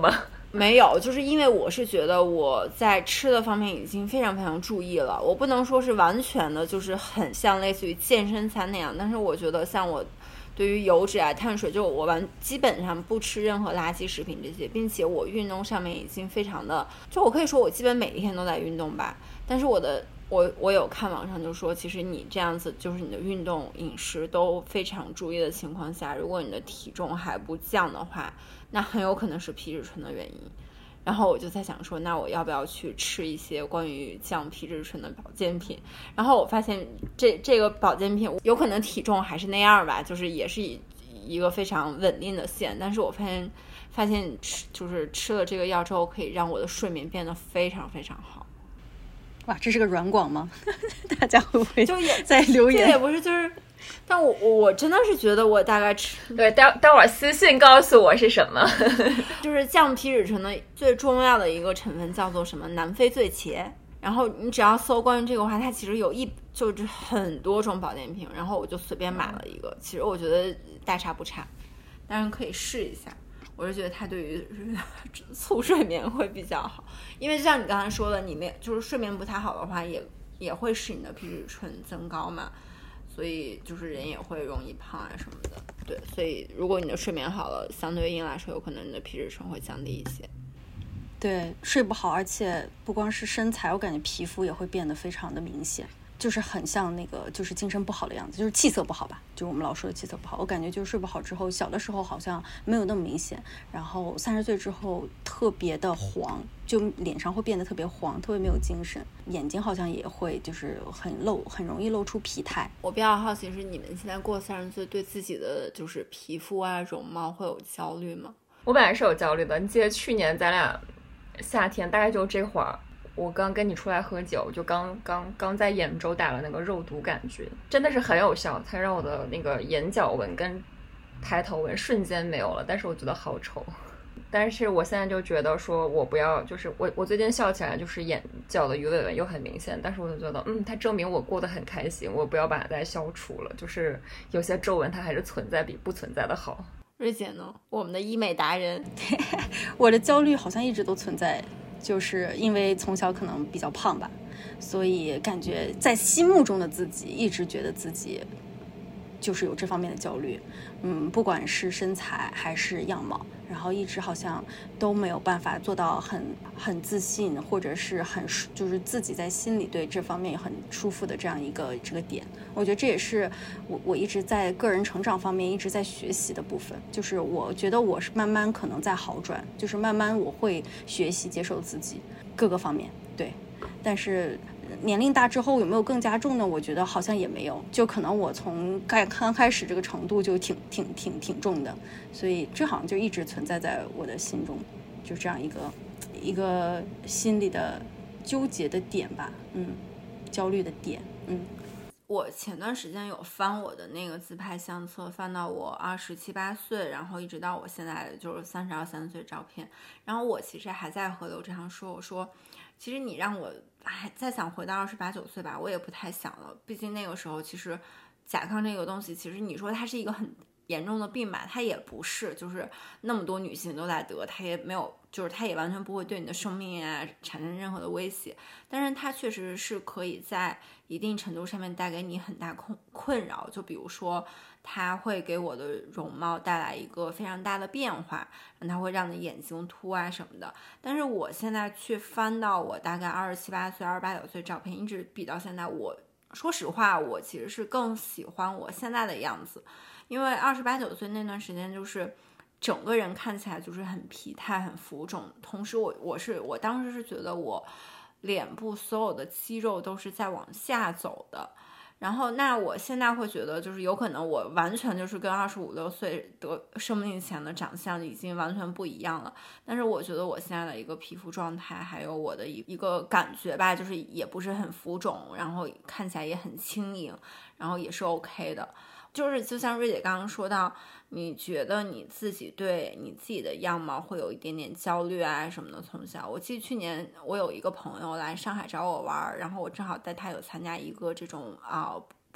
[SPEAKER 1] 没有，就是因为我是觉得我在吃的方面已经非常非常注意了，我不能说是完全的就是很像类似于健身餐那样，但是我觉得像我对于油脂啊碳水，就我完基本上不吃任何垃圾食品这些，并且我运动上面已经非常的，就我可以说我基本每一天都在运动吧，但是我的我我有看网上就说，其实你这样子就是你的运动饮食都非常注意的情况下，如果你的体重还不降的话，那很有可能是皮质醇的原因。然后我就在想说，那我要不要去吃一些关于降皮质醇的保健品？然后我发现这这个保健品有可能体重还是那样吧，就是也是一个非常稳定的线，但是我发现发现吃就是吃了这个药之后，可以让我的睡眠变得非常非常好。
[SPEAKER 3] 哇，这是个软广吗？大家会不会
[SPEAKER 1] 就也
[SPEAKER 3] 在留言？
[SPEAKER 1] 这也不是，就是但我我真的是觉得我大概吃
[SPEAKER 2] 对，待待会儿私信告诉我是什么。
[SPEAKER 1] 就是降皮质醇的最重要的一个成分叫做什么南非醉茄，然后你只要搜关于这个话，它其实有一就是很多种保健品，然后我就随便买了一个，其实我觉得大差不差，当然可以试一下。我是觉得它对于促睡眠会比较好，因为就像你刚才说的，你没就是睡眠不太好的话，也也会使你的皮质醇增高嘛，所以就是人也会容易胖啊什么的。对，所以如果你的睡眠好了，相对应来说，有可能你的皮质醇会降低一些。
[SPEAKER 3] 对，睡不好，而且不光是身材，我感觉皮肤也会变得非常的明显。就是很像那个就是精神不好的样子，就是气色不好吧，就是我们老说的气色不好。我感觉就是睡不好之后，小的时候好像没有那么明显，然后三十岁之后特别的黄，就脸上会变得特别黄，特别没有精神，眼睛好像也会就是很露，很容易露出疲态。
[SPEAKER 1] 我比较好奇是你们现在过三十岁，对自己的就是皮肤啊容貌会有焦虑吗？
[SPEAKER 2] 我本来是有焦虑的，你记得去年咱俩夏天大概就这会儿，我刚跟你出来喝酒，就刚刚刚在眼周打了那个肉毒杆菌，真的是很有效，它让我的那个眼角纹跟抬头纹瞬间没有了，但是我觉得好丑。但是我现在就觉得说我不要，就是我我最近笑起来就是眼角的鱼尾纹又很明显，但是我就觉得嗯，它证明我过得很开心，我不要把它再消除了，就是有些皱纹它还是存在比不存在的好。
[SPEAKER 1] 瑞姐呢？我们的医美达人。
[SPEAKER 3] 我的焦虑好像一直都存在，就是因为从小可能比较胖吧，所以感觉在心目中的自己一直觉得自己就是有这方面的焦虑，嗯，不管是身材还是样貌，然后一直好像都没有办法做到很很自信，或者是很就是自己在心里对这方面很舒服的这样一个这个点。我觉得这也是我我一直在个人成长方面一直在学习的部分，就是我觉得我是慢慢可能在好转，就是慢慢我会学习接受自己各个方面，对，但是年龄大之后有没有更加重呢？我觉得好像也没有，就可能我从刚刚开始这个程度就挺挺挺挺重的，所以这好像就一直存在在我的心中，就这样一个一个心里的纠结的点吧，嗯，焦虑的点，嗯。
[SPEAKER 1] 我前段时间有翻我的那个自拍相册，翻到我二十七八岁，然后一直到我现在就是三十二三岁照片，然后我其实还在和刘志航说，我说其实你让我还再想回到二十八九岁吧，我也不太想了，毕竟那个时候其实甲亢这个东西，其实你说它是一个很严重的病吧，它也不是，就是那么多女性都在得，它也没有，就是它也完全不会对你的生命啊产生任何的威胁，但是它确实是可以在一定程度上面带给你很大困困扰，就比如说它会给我的容貌带来一个非常大的变化，它会让你眼睛凸啊什么的。但是我现在去翻到我大概二十七八岁、二十八九岁照片，一直比到现在，我说实话，我其实是更喜欢我现在的样子，因为二十八九岁那段时间就是整个人看起来就是很疲态、很浮肿，同时我我是我当时是觉得我脸部所有的肌肉都是在往下走的，然后那我现在会觉得就是有可能我完全就是跟二十五六岁得生病前的长相已经完全不一样了，但是我觉得我现在的一个皮肤状态还有我的一一个感觉吧，就是也不是很浮肿，然后看起来也很轻盈，然后也是 OK 的。就是就像瑞姐刚刚说到，你觉得你自己对你自己的样貌会有一点点焦虑啊什么的，从小我记得去年我有一个朋友来上海找我玩，然后我正好带他有参加一个这种啊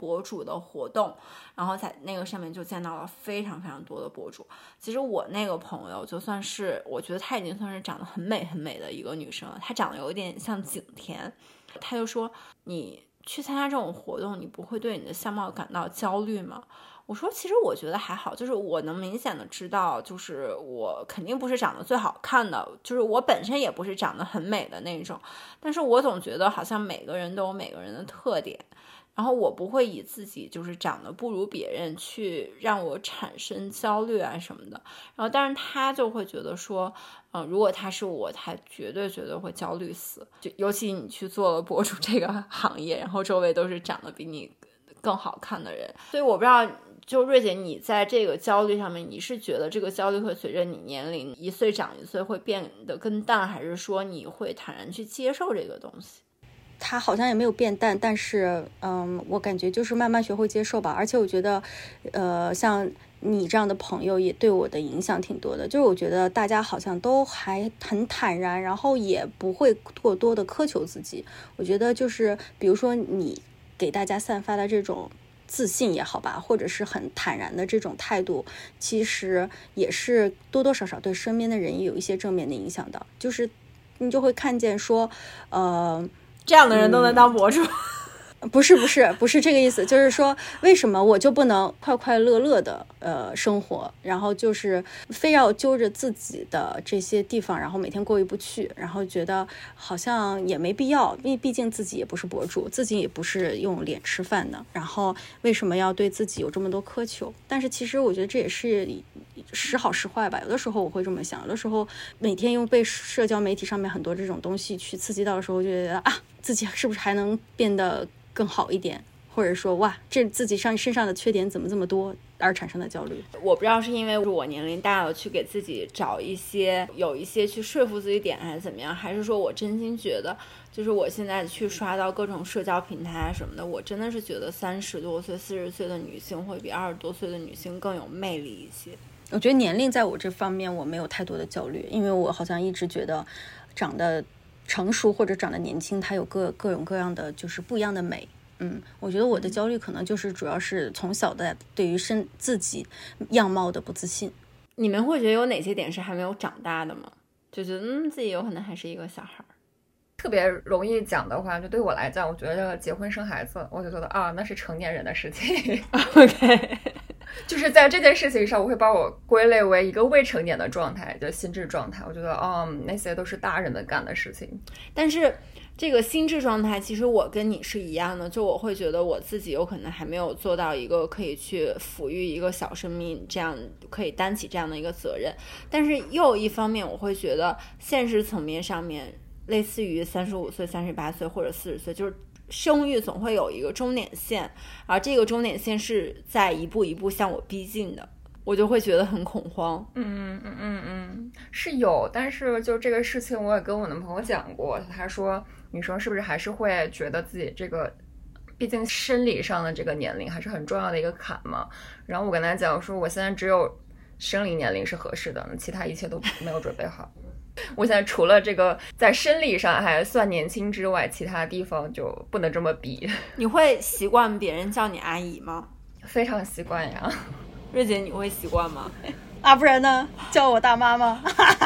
[SPEAKER 1] 博主的活动，然后在那个上面就见到了非常非常多的博主。其实我那个朋友就算是我觉得她已经算是长得很美很美的一个女生了，她长得有一点像景甜，她就说你去参加这种活动，你不会对你的相貌感到焦虑吗？我说其实我觉得还好，就是我能明显的知道，就是我肯定不是长得最好看的，就是我本身也不是长得很美的那种，但是我总觉得好像每个人都有每个人的特点，然后我不会以自己就是长得不如别人去让我产生焦虑啊什么的。然后但是他就会觉得说嗯、呃，如果他是我，他绝对绝对会焦虑死，就尤其你去做了博主这个行业，然后周围都是长得比你更好看的人，所以我不知道就瑞姐你在这个焦虑上面，你是觉得这个焦虑会随着你年龄一岁长一岁会变得更淡，还是说你会坦然去接受这个东西？
[SPEAKER 3] 它好像也没有变淡，但是嗯，我感觉就是慢慢学会接受吧。而且我觉得呃，像你这样的朋友也对我的影响挺多的，就是我觉得大家好像都还很坦然，然后也不会过多的苛求自己。我觉得就是比如说你给大家散发的这种自信也好吧，或者是很坦然的这种态度，其实也是多多少少对身边的人有一些正面的影响的。就是你就会看见说呃
[SPEAKER 1] 这样的人都能当博主、
[SPEAKER 3] 嗯、不是不是不是这个意思，就是说为什么我就不能快快乐乐的呃生活，然后就是非要揪着自己的这些地方，然后每天过意不去，然后觉得好像也没必要，因为毕竟自己也不是博主，自己也不是用脸吃饭的，然后为什么要对自己有这么多苛求？但是其实我觉得这也是时好时坏吧，有的时候我会这么想，有的时候每天用被社交媒体上面很多这种东西去刺激到的时候，就觉得啊，自己是不是还能变得更好一点，或者说哇，这自己上身上的缺点怎么这么多而产生的焦虑。
[SPEAKER 1] 我不知道是因为我年龄大了去给自己找一些有一些去说服自己点还是怎么样，还是说我真心觉得就是我现在去刷到各种社交平台啊什么的，我真的是觉得三十多岁四十岁的女性会比二十多岁的女性更有魅力一些。
[SPEAKER 3] 我觉得年龄在我这方面我没有太多的焦虑，因为我好像一直觉得长得成熟或者长得年轻它有各各种各样的就是不一样的美。嗯，我觉得我的焦虑可能就是主要是从小的对于身自己样貌的不自信。
[SPEAKER 1] 你们会觉得有哪些点是还没有长大的吗？就觉得嗯自己有可能还是一个小孩。
[SPEAKER 2] 特别容易讲的话，就对我来讲，我觉得结婚生孩子，我就觉得啊，那是成年人的事情。
[SPEAKER 1] OK，
[SPEAKER 2] 就是在这件事情上，我会把我归类为一个未成年的状态，就心智状态。我觉得哦，那些都是大人们干的事情。
[SPEAKER 1] 但是这个心智状态，其实我跟你是一样的，就我会觉得我自己有可能还没有做到一个可以去抚育一个小生命，这样可以担起这样的一个责任。但是又一方面，我会觉得现实层面上面，类似于三十五岁、三十八岁或者四十岁，就是生育总会有一个终点线，而这个终点线是在一步一步向我逼近的，我就会觉得很恐慌。
[SPEAKER 2] 嗯嗯嗯嗯，是有，但是就这个事情，我也跟我男朋友讲过，他说女生是不是还是会觉得自己这个，毕竟生理上的这个年龄还是很重要的一个坎嘛。然后我跟他讲说，我现在只有生理年龄是合适的，其他一切都没有准备好。我现在除了这个在生理上还算年轻之外，其他地方就不能这么比。
[SPEAKER 1] 你会习惯别人叫你阿姨吗？
[SPEAKER 2] 非常习惯呀。
[SPEAKER 1] 瑞姐，你会习惯吗？
[SPEAKER 3] 啊，不然呢？叫我大妈吗？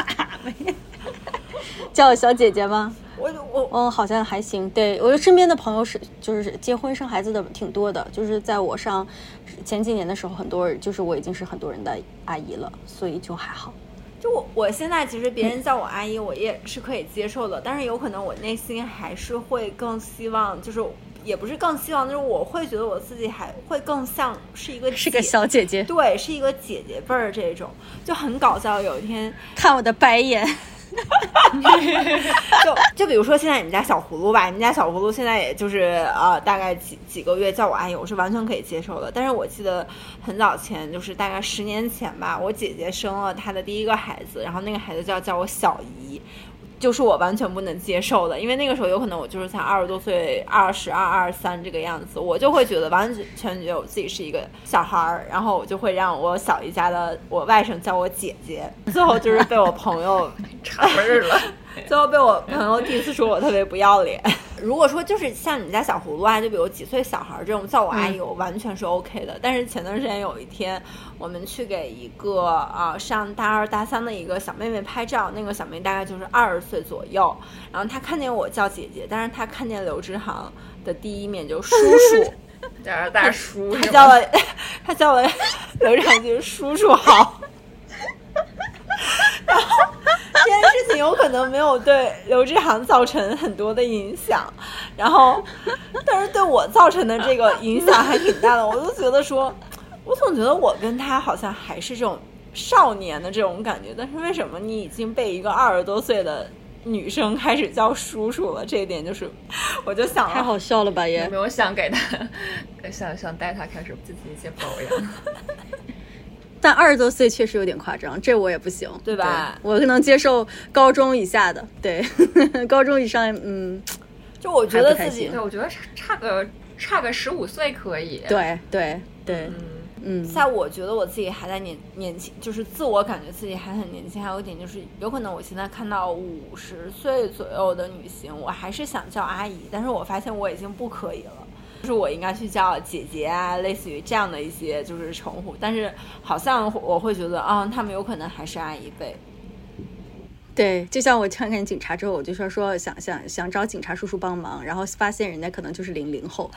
[SPEAKER 3] 叫我小姐姐吗？
[SPEAKER 1] 我我
[SPEAKER 3] 嗯，好像还行。对，我身边的朋友是就是结婚生孩子的挺多的，就是在我上前几年的时候，很多人就是我已经是很多人的阿姨了，所以就还好。
[SPEAKER 1] 就我我现在其实别人叫我阿姨，我也是可以接受的，但是有可能我内心还是会更希望，就是也不是更希望，就是我会觉得我自己还会更像是一个
[SPEAKER 3] 是个小姐姐，
[SPEAKER 1] 对，是一个姐姐辈儿这种，就很搞笑。有一天
[SPEAKER 3] 看我的白眼。
[SPEAKER 1] 就就比如说现在你们家小葫芦吧，你们家小葫芦现在也就是呃大概几几个月叫我阿姨，我是完全可以接受的。但是我记得很早前，就是大概十年前吧，我姐姐生了她的第一个孩子，然后那个孩子就要叫我小姨，就是我完全不能接受的，因为那个时候有可能我就是才二十多岁，二十二、二十三这个样子，我就会觉得完全觉得我自己是一个小孩儿，然后我就会让我小姨家的我外甥叫我姐姐，最后就是被我朋友
[SPEAKER 2] 插味儿了。
[SPEAKER 1] 最后被我朋友第一次说我特别不要脸。如果说就是像你家小葫芦啊，就比如几岁小孩这种叫我阿姨，我完全是 OK 的。但是前段时间有一天，我们去给一个啊、呃、上大二大三的一个小妹妹拍照，那个小妹大概就是二十岁左右，然后她看见我叫姐姐，但是她看见刘志航的第一面就叔叔。
[SPEAKER 2] 叫人大叔，
[SPEAKER 1] 他叫了，他叫了刘志航就是叔叔好。然后这件事情有可能没有对刘志航造成很多的影响，然后但是对我造成的这个影响还挺大的。我就觉得说，我总觉得我跟他好像还是这种少年的这种感觉，但是为什么你已经被一个二十多岁的女生开始叫叔叔了？这一点就是我就想了，
[SPEAKER 3] 太好笑了吧也。
[SPEAKER 2] 有没有想给他想想带他开始进行一些保养？
[SPEAKER 3] 但二十多岁确实有点夸张，这我也不行，
[SPEAKER 1] 对吧？
[SPEAKER 3] 对，我能接受高中以下的，对，高中以上，嗯，
[SPEAKER 1] 就我觉得自己，
[SPEAKER 2] 对，我觉得差差个差个十五岁可以，
[SPEAKER 3] 对对对，
[SPEAKER 2] 嗯
[SPEAKER 3] 嗯，
[SPEAKER 1] 在我觉得我自己还在年年轻，就是自我感觉自己还很年轻。还有一点就是，有可能我现在看到五十岁左右的女性，我还是想叫阿姨，但是我发现我已经不可以了。就是我应该去叫姐姐啊，类似于这样的一些就是称呼，但是好像我会觉得啊、嗯，他们有可能还是阿姨辈。
[SPEAKER 3] 对，就像我看看警察之后，我就说说想想想找警察叔叔帮忙，然后发现人家可能就是零零后。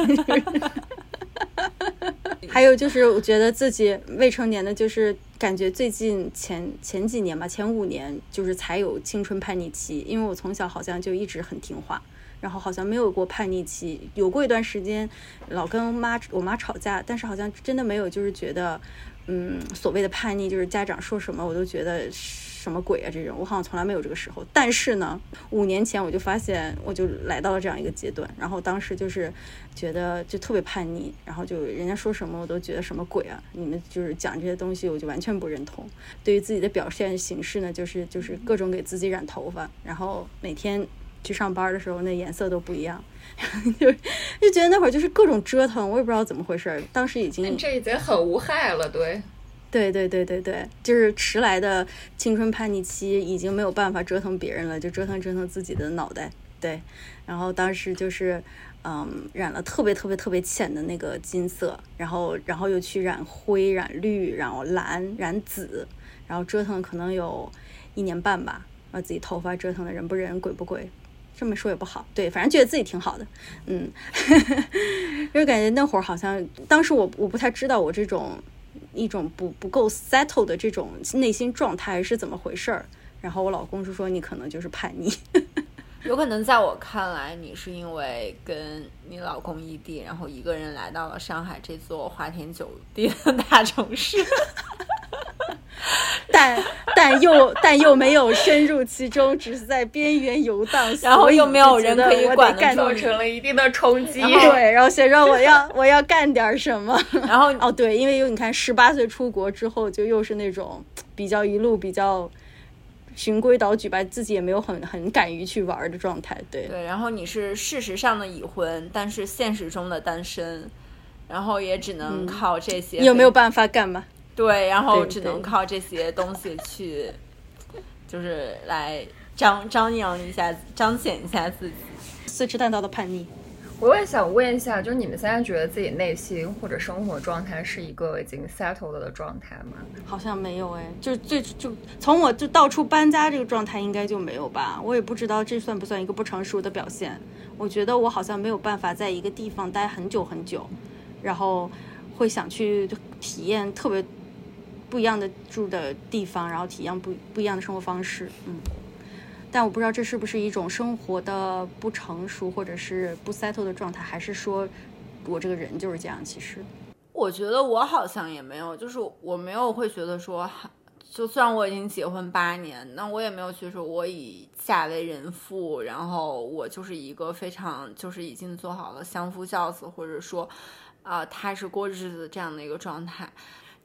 [SPEAKER 3] 还有就是，我觉得自己未成年的，就是感觉最近前前几年吧，前五年就是才有青春叛逆期，因为我从小好像就一直很听话。然后好像没有过叛逆期，有过一段时间老跟妈我妈吵架，但是好像真的没有就是觉得嗯所谓的叛逆就是家长说什么我都觉得什么鬼啊这种，我好像从来没有这个时候。但是呢五年前我就发现我就来到了这样一个阶段，然后当时就是觉得就特别叛逆，然后就人家说什么我都觉得什么鬼啊，你们就是讲这些东西我就完全不认同。对于自己的表现形式呢，就是就是各种给自己染头发，然后每天去上班的时候那颜色都不一样，就就觉得那会儿就是各种折腾，我也不知道怎么回事。当时已经
[SPEAKER 2] 这已经很无害了，对
[SPEAKER 3] 对对对对对，就是迟来的青春叛逆期已经没有办法折腾别人了，就折腾折腾自己的脑袋。对，然后当时就是嗯染了特别特别特别浅的那个金色，然后然后又去染灰染绿然后蓝染紫，然后折腾可能有一年半吧，把自己头发折腾的人不人鬼不鬼，这么说也不好，对，反正觉得自己挺好的，嗯，就感觉那会儿好像当时我我不太知道我这种一种不不够 settle 的这种内心状态是怎么回事儿，然后我老公就说你可能就是叛逆。
[SPEAKER 1] 有可能在我看来，你是因为跟你老公异地，然后一个人来到了上海这座花天酒地的大城市。
[SPEAKER 3] 但但又但又没有深入其中，只是在边缘游荡，
[SPEAKER 1] 然后又没有人可以管得住，
[SPEAKER 2] 造成了一定的冲击。
[SPEAKER 3] 对，然后想让我要我要干点什么。
[SPEAKER 1] 然后
[SPEAKER 3] 哦对，因为有你看十八岁出国之后，就又是那种比较一路比较循规蹈矩吧，自己也没有很很敢于去玩的状态。对
[SPEAKER 1] 对，然后你是事实上的已婚，但是现实中的单身，然后也只能靠这些、
[SPEAKER 3] 嗯、有没有办法干嘛？
[SPEAKER 1] 对，然后只能靠这些东西去就是来张张扬一下彰显一下自己
[SPEAKER 3] 四肢弹道的叛逆。
[SPEAKER 2] 我也想问一下，就是你们现在觉得自己内心或者生活状态是一个已经 settled 的状态吗？
[SPEAKER 3] 好像没有哎，就最就从我就到处搬家这个状态应该就没有吧，我也不知道这算不算一个不成熟的表现。我觉得我好像没有办法在一个地方待很久很久，然后会想去体验特别不一样的住的地方，然后体验不不一样的生活方式。嗯，但我不知道这是不是一种生活的不成熟或者是不 settle 的状态，还是说我这个人就是这样。其实
[SPEAKER 1] 我觉得我好像也没有，就是我没有会觉得说，就算我已经结婚八年，那我也没有觉得我以嫁为人妇，然后我就是一个非常就是已经做好了相夫教子，或者说啊、呃、踏实过日子这样的一个状态。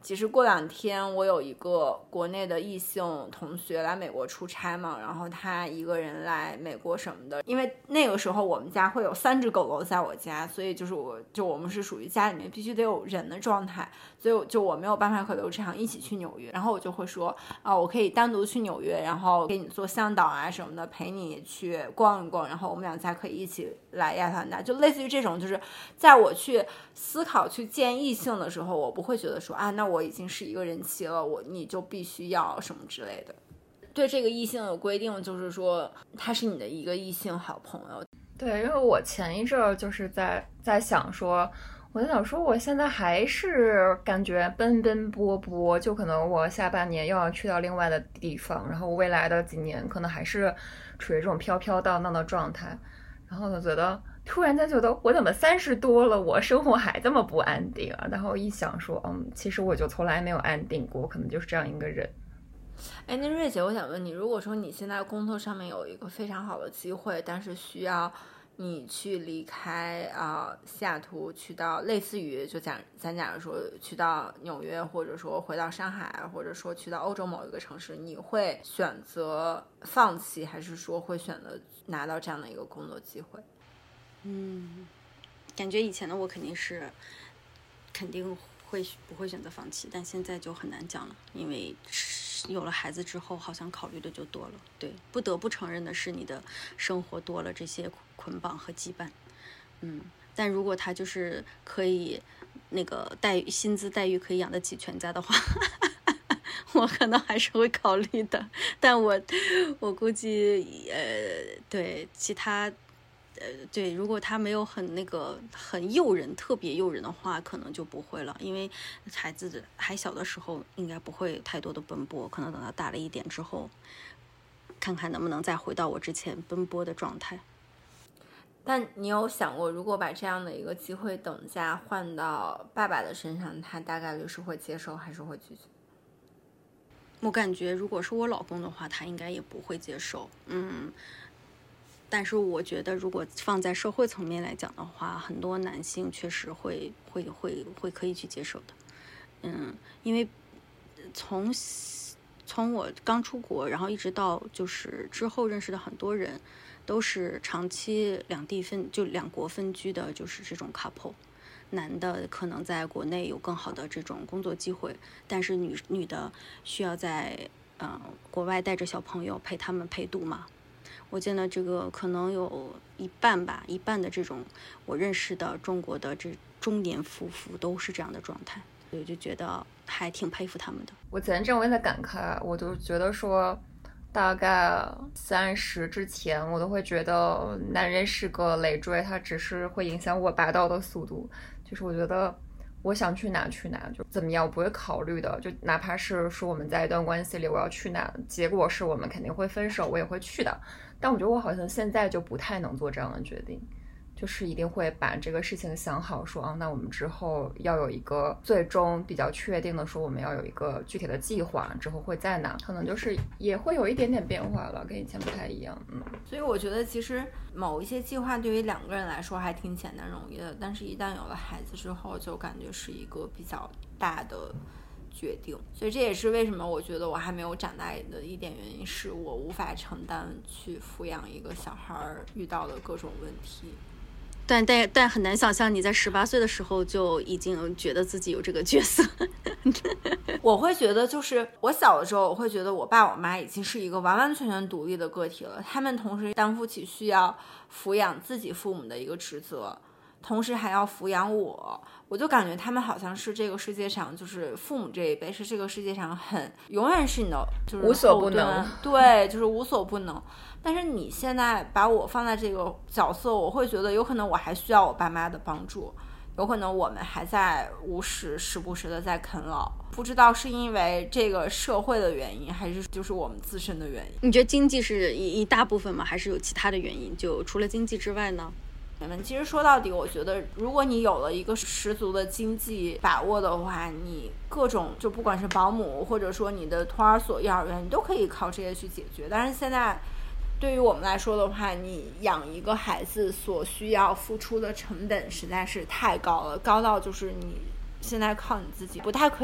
[SPEAKER 1] 其实过两天我有一个国内的异性同学来美国出差嘛，然后他一个人来美国什么的，因为那个时候我们家会有三只狗狗在我家，所以就是我就我们是属于家里面必须得有人的状态，所以就我没有办法和刘志航一起去纽约，然后我就会说啊，我可以单独去纽约，然后给你做向导啊什么的，陪你去逛一逛，然后我们两家可以一起来亚特兰大，就类似于这种，就是在我去思考去见异性的时候，我不会觉得说啊，那我已经是一个人妻了，我你就必须要什么之类的。对这个异性有规定，就是说他是你的一个异性好朋友。
[SPEAKER 2] 对，因为我前一阵儿就是在在想说，我在想说我现在还是感觉奔奔波波，就可能我下半年又要去到另外的地方，然后未来的几年可能还是处于这种飘飘荡荡的状态，然后就觉得突然间觉得我怎么三十多了，我生活还这么不安定啊？然后一想说，嗯，其实我就从来没有安定过，可能就是这样一个人。
[SPEAKER 1] 哎，那瑞姐，我想问你，如果说你现在工作上面有一个非常好的机会，但是需要你去离开啊、呃、西雅图，去到类似于就讲咱假如说去到纽约，或者说回到上海，或者说去到欧洲某一个城市，你会选择放弃，还是说会选择拿到这样的一个工作机会？
[SPEAKER 3] 嗯，感觉以前的我肯定是肯定会不会选择放弃，但现在就很难讲了，因为有了孩子之后好像考虑的就多了。对，不得不承认的是你的生活多了这些捆绑和羁绊。嗯，但如果他就是可以那个待遇薪资待遇可以养得起全家的话我可能还是会考虑的，但我我估计呃对其他呃，对，如果他没有很那个很诱人，特别诱人的话，可能就不会了。因为孩子还小的时候，应该不会太多的奔波，可能等他大了一点之后，看看能不能再回到我之前奔波的状态。
[SPEAKER 1] 但你有想过，如果把这样的一个机会等价换到爸爸的身上，他大概率是会接受还是会拒绝？
[SPEAKER 3] 我感觉，如果是我老公的话，他应该也不会接受。嗯。但是我觉得，如果放在社会层面来讲的话，很多男性确实会会会会可以去接受的。嗯，因为从从我刚出国，然后一直到就是之后认识的很多人，都是长期两地分就两国分居的，就是这种 couple。男的可能在国内有更好的这种工作机会，但是女女的需要在呃国外带着小朋友陪他们陪读嘛。我见到这个可能有一半吧，一半的这种我认识的中国的这中年夫妇都是这样的状态，所以就觉得还挺佩服他们的。
[SPEAKER 2] 我前阵我也在感慨，我就觉得说，大概三十之前，我都会觉得男人是个累赘，他只是会影响我拔刀的速度。就是我觉得我想去哪去哪，就怎么样我不会考虑的，就哪怕是说我们在一段关系里我要去哪，结果是我们肯定会分手，我也会去的。但我觉得我好像现在就不太能做这样的决定，就是一定会把这个事情想好，说啊，那我们之后要有一个最终比较确定的说我们要有一个具体的计划，之后会在哪，可能就是也会有一点点变化了，跟以前不太一样。嗯，
[SPEAKER 1] 所以我觉得其实某一些计划对于两个人来说还挺简单容易的，但是一旦有了孩子之后，就感觉是一个比较大的决定。所以这也是为什么我觉得我还没有长大的一点原因，是我无法承担去抚养一个小孩遇到的各种问题。
[SPEAKER 3] 但但但很难想象你在十八岁的时候就已经觉得自己有这个角色。
[SPEAKER 1] 我会觉得，就是我小的时候，我会觉得我爸我妈已经是一个完完全全独立的个体了，他们同时担负起需要抚养自己父母的一个职责，同时还要抚养我。我就感觉他们好像是这个世界上，就是父母这一辈是这个世界上很永远是你的就是
[SPEAKER 2] 无所不能，
[SPEAKER 1] 对，就是无所不能。但是你现在把我放在这个角色，我会觉得有可能我还需要我爸妈的帮助，有可能我们还在无时时不时的在啃老，不知道是因为这个社会的原因，还是就是我们自身的原因。
[SPEAKER 3] 你觉得经济是一一大部分吗？还是有其他的原因？就除了经济之外呢？
[SPEAKER 1] 其实说到底，我觉得如果你有了一个十足的经济把握的话，你各种就不管是保姆或者说你的托儿所、幼儿园，你都可以靠这些去解决。但是现在对于我们来说的话，你养一个孩子所需要付出的成本实在是太高了，高到就是你现在靠你自己不太可以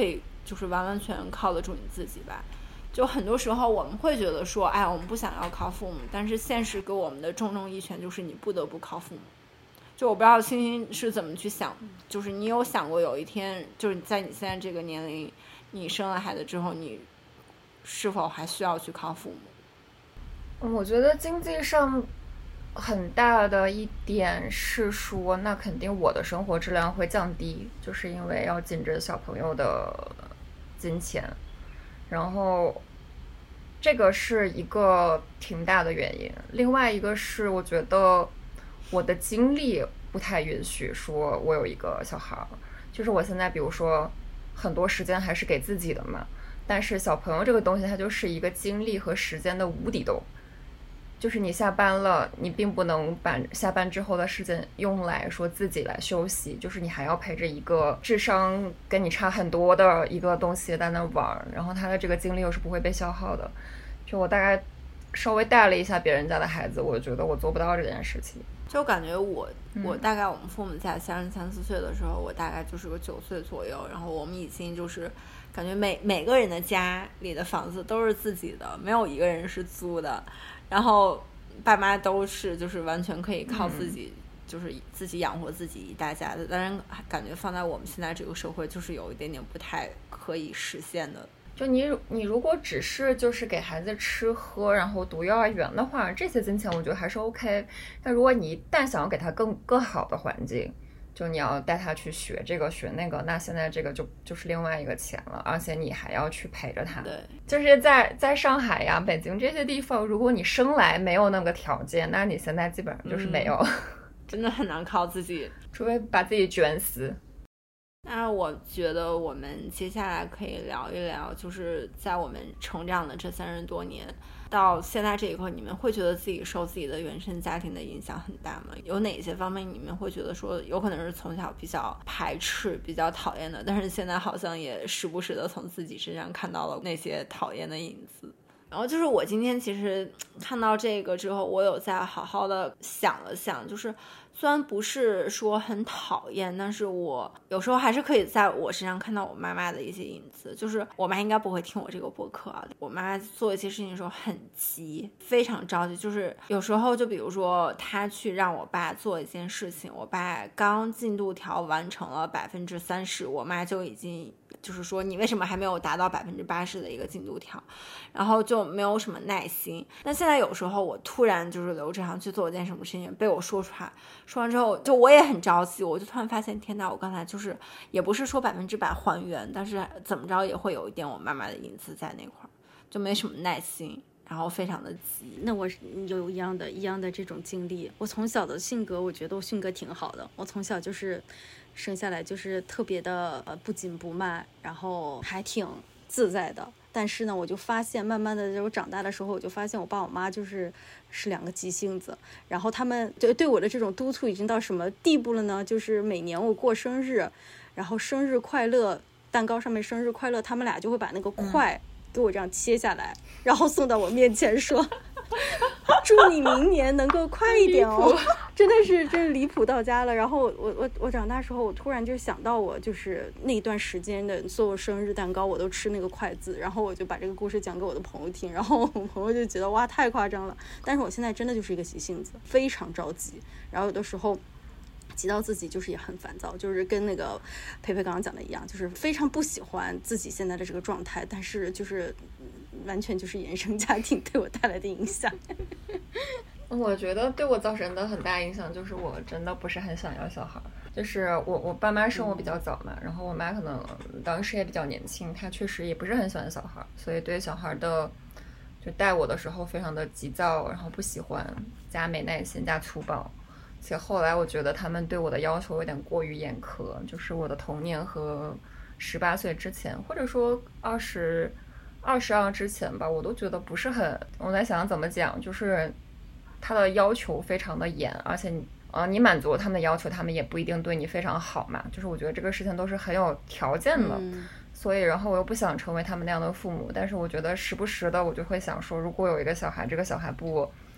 [SPEAKER 1] 就是完完全靠得住你自己吧。就很多时候我们会觉得说，哎，我们不想要靠父母，但是现实给我们的重重一拳就是你不得不靠父母。就我不知道星星是怎么去想，就是你有想过有一天，就是在你现在这个年龄，你生了孩子之后，你是否还需要去靠父母？
[SPEAKER 2] 我觉得经济上很大的一点是说，那肯定我的生活质量会降低，就是因为要紧着小朋友的金钱，然后这个是一个挺大的原因。另外一个是我觉得我的精力不太允许说我有一个小孩，就是我现在比如说很多时间还是给自己的嘛，但是小朋友这个东西它就是一个精力和时间的无底洞，就是你下班了，你并不能把下班之后的时间用来说自己来休息，就是你还要陪着一个智商跟你差很多的一个东西在那玩，然后他的这个精力又是不会被消耗的。就我大概稍微带了一下别人家的孩子，我觉得我做不到这件事情。
[SPEAKER 1] 就感觉我我大概我们父母在三十三四岁的时候，我大概就是个九岁左右，然后我们已经就是感觉每每个人的家里的房子都是自己的，没有一个人是租的，然后爸妈都是就是完全可以靠自己、嗯、就是自己养活自己一大家的。当然感觉放在我们现在这个社会就是有一点点不太可以实现的。
[SPEAKER 2] 就你你如果只是就是给孩子吃喝然后读幼儿园的话，这些金钱我觉得还是 OK。 但如果你一旦想要给他更更好的环境，就你要带他去学这个学那个，那现在这个就就是另外一个钱了，而且你还要去陪着他。
[SPEAKER 1] 对，
[SPEAKER 2] 就是在在上海呀北京这些地方，如果你生来没有那个条件，那你现在基本上就是没有、嗯、
[SPEAKER 1] 真的很难靠自己，
[SPEAKER 2] 除非把自己卷死。
[SPEAKER 1] 那我觉得我们接下来可以聊一聊，就是在我们成长的这三十多年到现在这一刻，你们会觉得自己受自己的原生家庭的影响很大吗？有哪些方面你们会觉得说有可能是从小比较排斥比较讨厌的，但是现在好像也时不时的从自己身上看到了那些讨厌的影子？然后就是我今天其实看到这个之后，我有在好好的想了想，就是虽然不是说很讨厌，但是我有时候还是可以在我身上看到我妈妈的一些影子。就是我妈应该不会听我这个播客啊，我妈做一些事情的时候很急，非常着急。就是有时候就比如说她去让我爸做一件事情，我爸刚进度条完成了百分之三十，我妈就已经就是说你为什么还没有达到百分之八十的一个进度条，然后就没有什么耐心。但现在有时候我突然就是流着汗去做一件什么事情，被我说出来，说完之后就我也很着急，我就突然发现天哪，我刚才就是也不是说百分之百还原，但是怎么着也会有一点我妈妈的影子在那块儿，就没什么耐心，然后非常的急。
[SPEAKER 3] 那我有一样的一样的这种经历。我从小的性格我觉得我性格挺好的，我从小就是生下来就是特别的呃不紧不慢，然后还挺自在的。但是呢我就发现慢慢的我长大的时候，我就发现我爸我妈就是是两个急性子，然后他们对对我的这种督促已经到什么地步了呢？就是每年我过生日，然后生日快乐蛋糕上面生日快乐，他们俩就会把那个块给我这样切下来、嗯、然后送到我面前说祝你明年能够快一点哦。真的是真是离谱到家了。然后我我我长大时候，我突然就想到我就是那段时间的所有生日蛋糕我都吃那个筷子，然后我就把这个故事讲给我的朋友听，然后我朋友就觉得哇太夸张了。但是我现在真的就是一个急性子，非常着急，然后有的时候急到自己就是也很烦躁，就是跟那个佩佩刚刚讲的一样，就是非常不喜欢自己现在的这个状态，但是就是完全就是原生家庭对我带来的影响。
[SPEAKER 2] 我觉得对我造成的很大影响就是我真的不是很想要小孩，就是我我爸妈生我比较早嘛、嗯、然后我妈可能当时也比较年轻，她确实也不是很喜欢小孩，所以对小孩的就带我的时候非常的急躁，然后不喜欢，加没耐心加粗暴。且后来我觉得他们对我的要求有点过于严苛，就是我的童年和十八岁之前，或者说二十二十二之前吧，我都觉得不是很，我在想怎么讲，就是他的要求非常的严，而且你呃你满足他们的要求，他们也不一定对你非常好嘛，就是我觉得这个事情都是很有条件的、嗯、所以然后我又不想成为他们那样的父母，但是我觉得时不时的我就会想说，如果有一个小孩，这个小孩不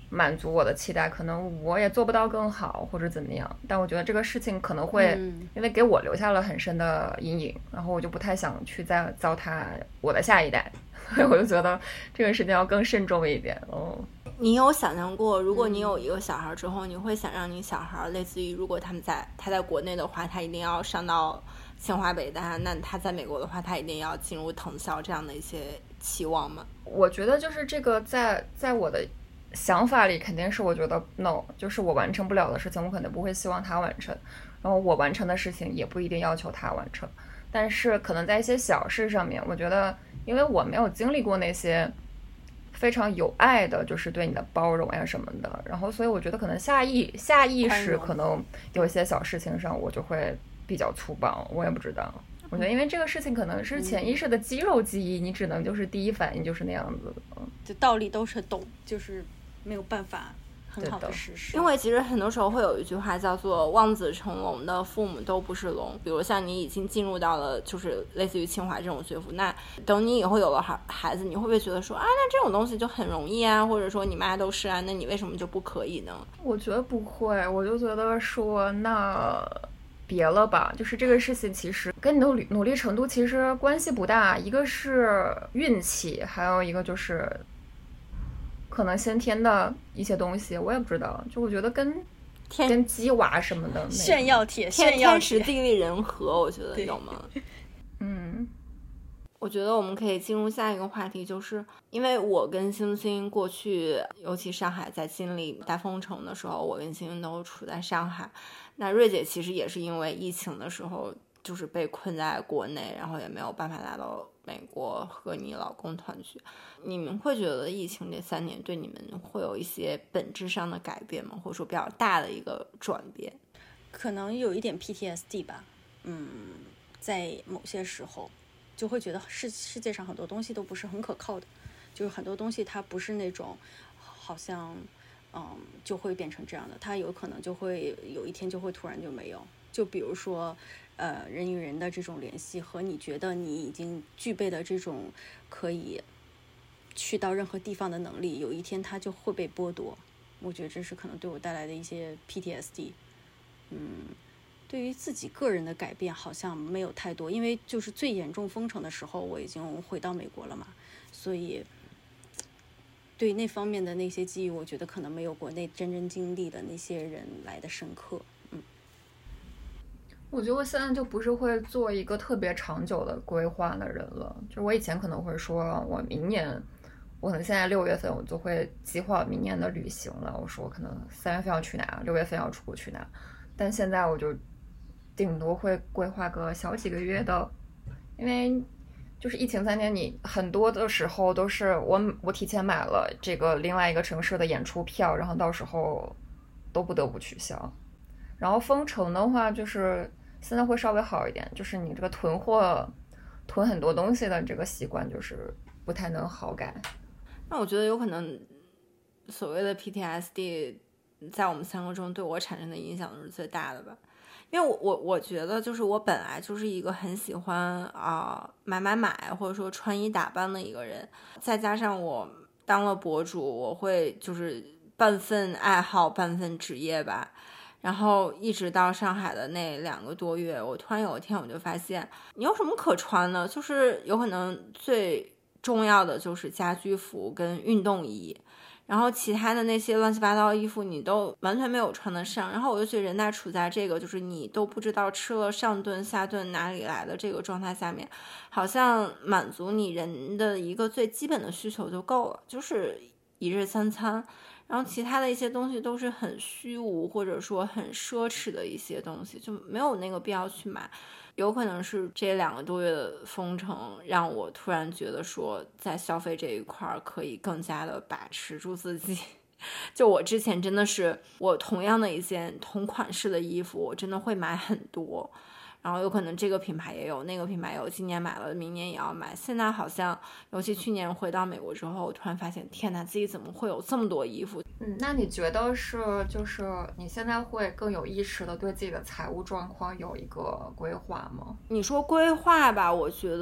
[SPEAKER 2] 满足我的期待，可能我也做不到更好或者怎么样，但我觉得这个事情可能会因为给我留下了很深的阴影，然后我就不太想去再糟蹋我的下一代，所以我就觉得这个事情要更慎重一点。哦，
[SPEAKER 1] 你有想象过，如果你有一个小孩之后，你会想让你小孩类似于，如果他们在他在国内的话，他一定要上到清华北大，那他在美国的话，他一定要进入藤校这样的一些期望吗？
[SPEAKER 2] 我觉得就是这个在在我的想法里肯定是我觉得 no， 就是我完成不了的事情我肯定不会希望他完成，然后我完成的事情也不一定要求他完成，但是可能在一些小事上面，我觉得因为我没有经历过那些非常有爱的就是对你的包容呀什么的，然后所以我觉得可能下意下意识可能有一些小事情上我就会比较粗暴，我也不知道。我觉得因为这个事情可能是潜意识的肌肉记忆，你只能就是第一反应就是那样子，
[SPEAKER 3] 就道理都是懂，就是没有办法很好的实施。
[SPEAKER 1] 因为其实很多时候会有一句话叫做望子成龙的父母都不是龙，比如像你已经进入到了就是类似于清华这种学府，那等你以后有了孩孩子，你会不会觉得说啊，那这种东西就很容易啊，或者说你妈都是啊，那你为什么就不可以呢？
[SPEAKER 2] 我觉得不会，我就觉得说那别了吧，就是这个事情其实跟你的努力程度其实关系不大，一个是运气，还有一个就是可能先天的一些东西，我也不知道，就我觉得跟
[SPEAKER 1] 天
[SPEAKER 2] 跟鸡娃什么的
[SPEAKER 3] 炫耀帖，
[SPEAKER 1] 天
[SPEAKER 3] 炫耀
[SPEAKER 1] 天时地利人和，我觉得有吗？
[SPEAKER 2] 嗯，
[SPEAKER 1] 我觉得我们可以进入下一个话题，就是因为我跟星星过去，尤其上海在经历大封城的时候，我跟星星都处在上海。那瑞姐其实也是因为疫情的时候，就是被困在国内，然后也没有办法来到美国和你老公团聚。你们会觉得疫情这三年对你们会有一些本质上的改变吗？或者说比较大的一个转变？
[SPEAKER 3] 可能有一点 P T S D 吧，嗯，在某些时候就会觉得世世界上很多东西都不是很可靠的，就是很多东西它不是那种好像嗯就会变成这样的，它有可能就会有一天就会突然就没有。就比如说呃人与人的这种联系和你觉得你已经具备的这种可以去到任何地方的能力，有一天它就会被剥夺。我觉得这是可能对我带来的一些 P T S D。嗯，对于自己个人的改变好像没有太多，因为就是最严重封城的时候我已经回到美国了嘛，所以对那方面的那些记忆，我觉得可能没有国内真正经历的那些人来的深刻。嗯，
[SPEAKER 2] 我觉得我现在就不是会做一个特别长久的规划的人了，就我以前可能会说我明年我可能现在六月份我就会计划明年的旅行了，我说我可能三月份要去哪，六月份要出国去哪，但现在我就顶多会规划个小几个月的，因为就是疫情三年，你很多的时候都是我我提前买了这个另外一个城市的演出票，然后到时候都不得不取消。然后封城的话，就是现在会稍微好一点，就是你这个囤货囤很多东西的这个习惯就是不太能好改。
[SPEAKER 1] 那我觉得有可能所谓的 P T S D 在我们三个中对我产生的影响是最大的吧，因为我我我觉得就是我本来就是一个很喜欢啊、呃、买买买或者说穿衣打扮的一个人，再加上我当了博主，我会就是半份爱好半份职业吧，然后一直到上海的那两个多月，我突然有一天我就发现你有什么可穿的，就是有可能最重要的就是家居服跟运动衣，然后其他的那些乱七八糟的衣服你都完全没有穿得上，然后我就觉得人在处在这个就是你都不知道吃了上顿下顿哪里来的这个状态下面，好像满足你人的一个最基本的需求就够了，就是一日三餐，然后其他的一些东西都是很虚无或者说很奢侈的一些东西，就没有那个必要去买。有可能是这两个多月的封城让我突然觉得说在消费这一块可以更加的把持住自己。就我之前真的是我同样的一件同款式的衣服我真的会买很多，然后有可能这个品牌也有那个品牌有，今年买了明年也要买，现在好像尤其去年回到美国之后我突然发现天哪，自己怎么会有这么多衣服。
[SPEAKER 2] 嗯，那你觉得是就是你现在会更有意识的对自己的财务状况有一个规划吗？
[SPEAKER 1] 你说规划吧，我觉得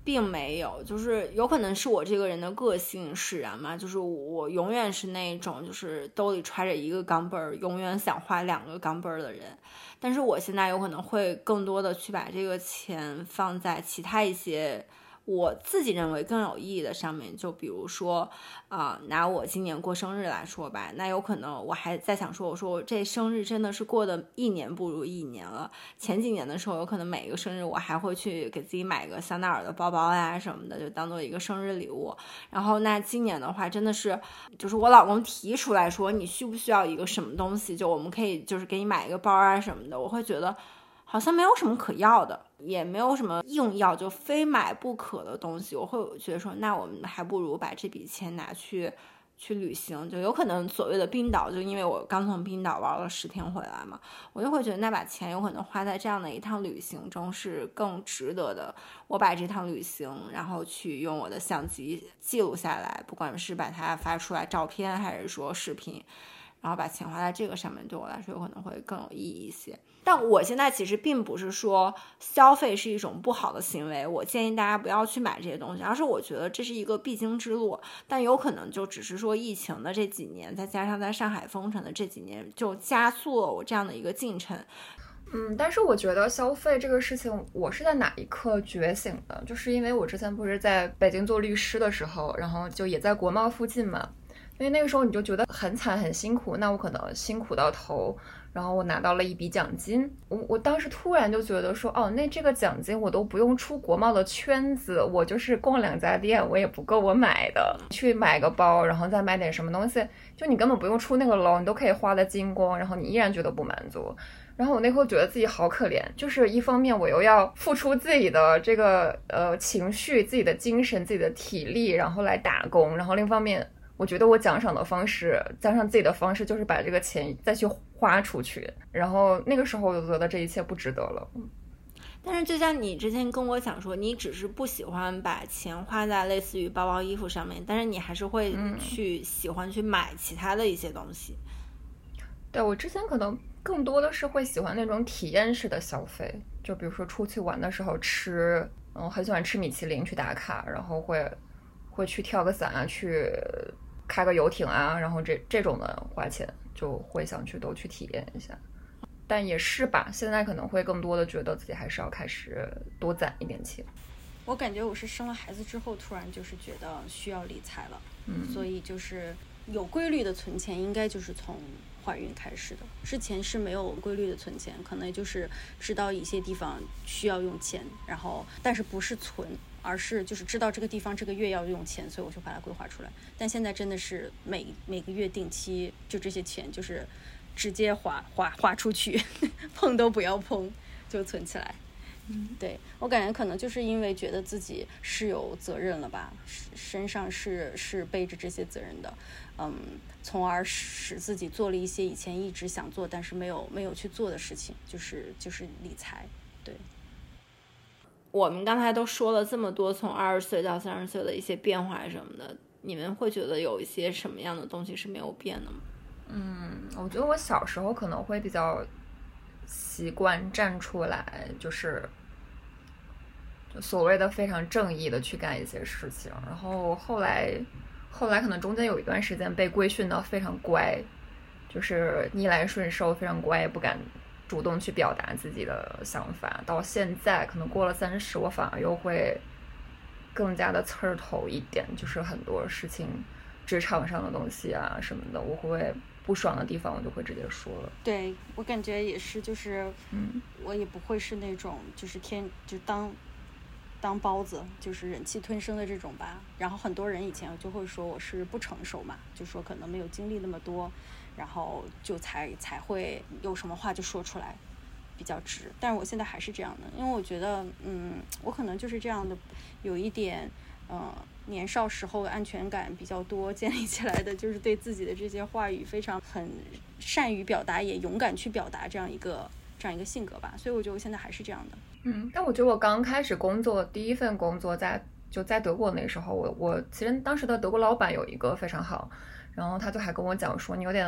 [SPEAKER 1] 并没有，就是有可能是我这个人的个性使然嘛，就是我永远是那种就是兜里揣着一个钢镚儿，永远想花两个钢镚儿的人。但是我现在有可能会更多的去把这个钱放在其他一些我自己认为更有意义的上面，就比如说啊、呃，拿我今年过生日来说吧，那有可能我还在想说，我说我这生日真的是过得一年不如一年了。前几年的时候，有可能每一个生日我还会去给自己买个香奈儿的包包呀什么的，就当做一个生日礼物。然后那今年的话，真的是就是我老公提出来说，你需不需要一个什么东西，就我们可以就是给你买一个包啊什么的，我会觉得好像没有什么可要的，也没有什么硬要就非买不可的东西，我会觉得说那我们还不如把这笔钱拿去去旅行，就有可能所谓的冰岛，就因为我刚从冰岛玩了十天回来嘛，我就会觉得那把钱有可能花在这样的一趟旅行中是更值得的。我把这趟旅行然后去用我的相机记录下来，不管是把它发出来照片还是说视频，然后把钱花在这个上面，对我来说有可能会更有意义一些。但我现在其实并不是说消费是一种不好的行为，我建议大家不要去买这些东西，而是我觉得这是一个必经之路。但有可能就只是说疫情的这几年，再加上在上海封城的这几年，就加速了我这样的一个进程。
[SPEAKER 2] 嗯，但是我觉得消费这个事情，我是在哪一刻觉醒的？就是因为我之前不是在北京做律师的时候，然后就也在国贸附近嘛，因为那个时候你就觉得很惨很辛苦，那我可能辛苦到头，然后我拿到了一笔奖金，我我当时突然就觉得说，哦，那这个奖金我都不用出国贸的圈子，我就是逛两家店我也不够我买的，去买个包，然后再买点什么东西，就你根本不用出那个楼，你都可以花得精光，然后你依然觉得不满足。然后我那会儿觉得自己好可怜，就是一方面我又要付出自己的这个呃情绪、自己的精神、自己的体力，然后来打工，然后另一方面我觉得我奖赏的方式，奖赏自己的方式就是把这个钱再去花出去，然后那个时候我就觉得这一切不值得了。
[SPEAKER 1] 但是就像你之前跟我讲说，你只是不喜欢把钱花在类似于包包衣服上面，但是你还是会去喜欢去买其他的一些东西。
[SPEAKER 2] 嗯、对，我之前可能更多的是会喜欢那种体验式的消费，就比如说出去玩的时候吃，嗯，很喜欢吃米其林去打卡，然后会会去跳个伞啊，去开个游艇啊，然后这这种的花钱就会想去都去体验一下。但也是吧，现在可能会更多的觉得自己还是要开始多攒一点钱。
[SPEAKER 3] 我感觉我是生了孩子之后突然就是觉得需要理财了，嗯，所以就是有规律的存钱应该就是从怀孕开始的，之前是没有规律的存钱，可能就是知道一些地方需要用钱，然后但是不是存，而是就是知道这个地方这个月要用钱，所以我就把它规划出来。但现在真的是每每个月定期就这些钱就是直接花花花出去，碰都不要碰就存起来。嗯，对，我感觉可能就是因为觉得自己是有责任了吧，身上是是背着这些责任的，嗯，从而使自己做了一些以前一直想做但是没有没有去做的事情，就是就是理财。对，
[SPEAKER 1] 我们刚才都说了这么多，从二十岁到三十岁的一些变化什么的，你们会觉得有一些什么样的东西是没有变的吗？
[SPEAKER 2] 嗯，我觉得我小时候可能会比较习惯站出来，就是就所谓的非常正义的去干一些事情，然后后来后来可能中间有一段时间被规训到非常乖，就是逆来顺受，非常乖，不敢主动去表达自己的想法。到现在可能过了三十，我反而又会更加的刺儿头一点，就是很多事情职场上的东西啊什么的，我会不爽的地方我就会直接说了。
[SPEAKER 3] 对，我感觉也是，就是
[SPEAKER 2] 嗯，
[SPEAKER 3] 我也不会是那种就是天就当当包子就是忍气吞声的这种吧。然后很多人以前就会说我是不成熟嘛，就说可能没有经历那么多，然后就才才会有什么话就说出来比较直。但是我现在还是这样的，因为我觉得嗯我可能就是这样的，有一点呃年少时候的安全感比较多建立起来的，就是对自己的这些话语非常很善于表达，也勇敢去表达这样一个这样一个性格吧。所以我觉得我现在还是这样的。
[SPEAKER 2] 嗯，但我觉得我刚开始工作第一份工作在就在德国那时候，我我其实当时的德国老板有一个非常好，然后他就还跟我讲说，你有点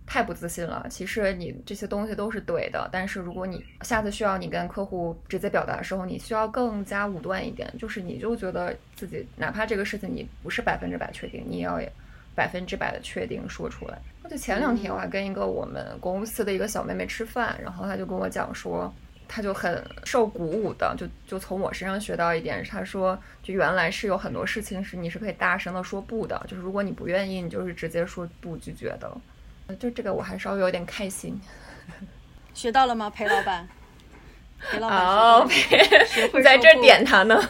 [SPEAKER 2] 太不自信了，其实你这些东西都是对的，但是如果你下次需要你跟客户直接表达的时候，你需要更加武断一点，就是你就觉得自己哪怕这个事情你不是百分之百确定，你也要百分之百的确定说出来。就前两天我还跟一个我们公司的一个小妹妹吃饭，然后她就跟我讲说，她就很受鼓舞的，就就从我身上学到一点，她说就原来是有很多事情是你是可以大声的说不的，就是如果你不愿意，你就是直接说不，拒绝的。就这个我还稍微有点开心。
[SPEAKER 3] 学到了吗，裴老板？裴老板
[SPEAKER 2] 哦，你在这点他呢。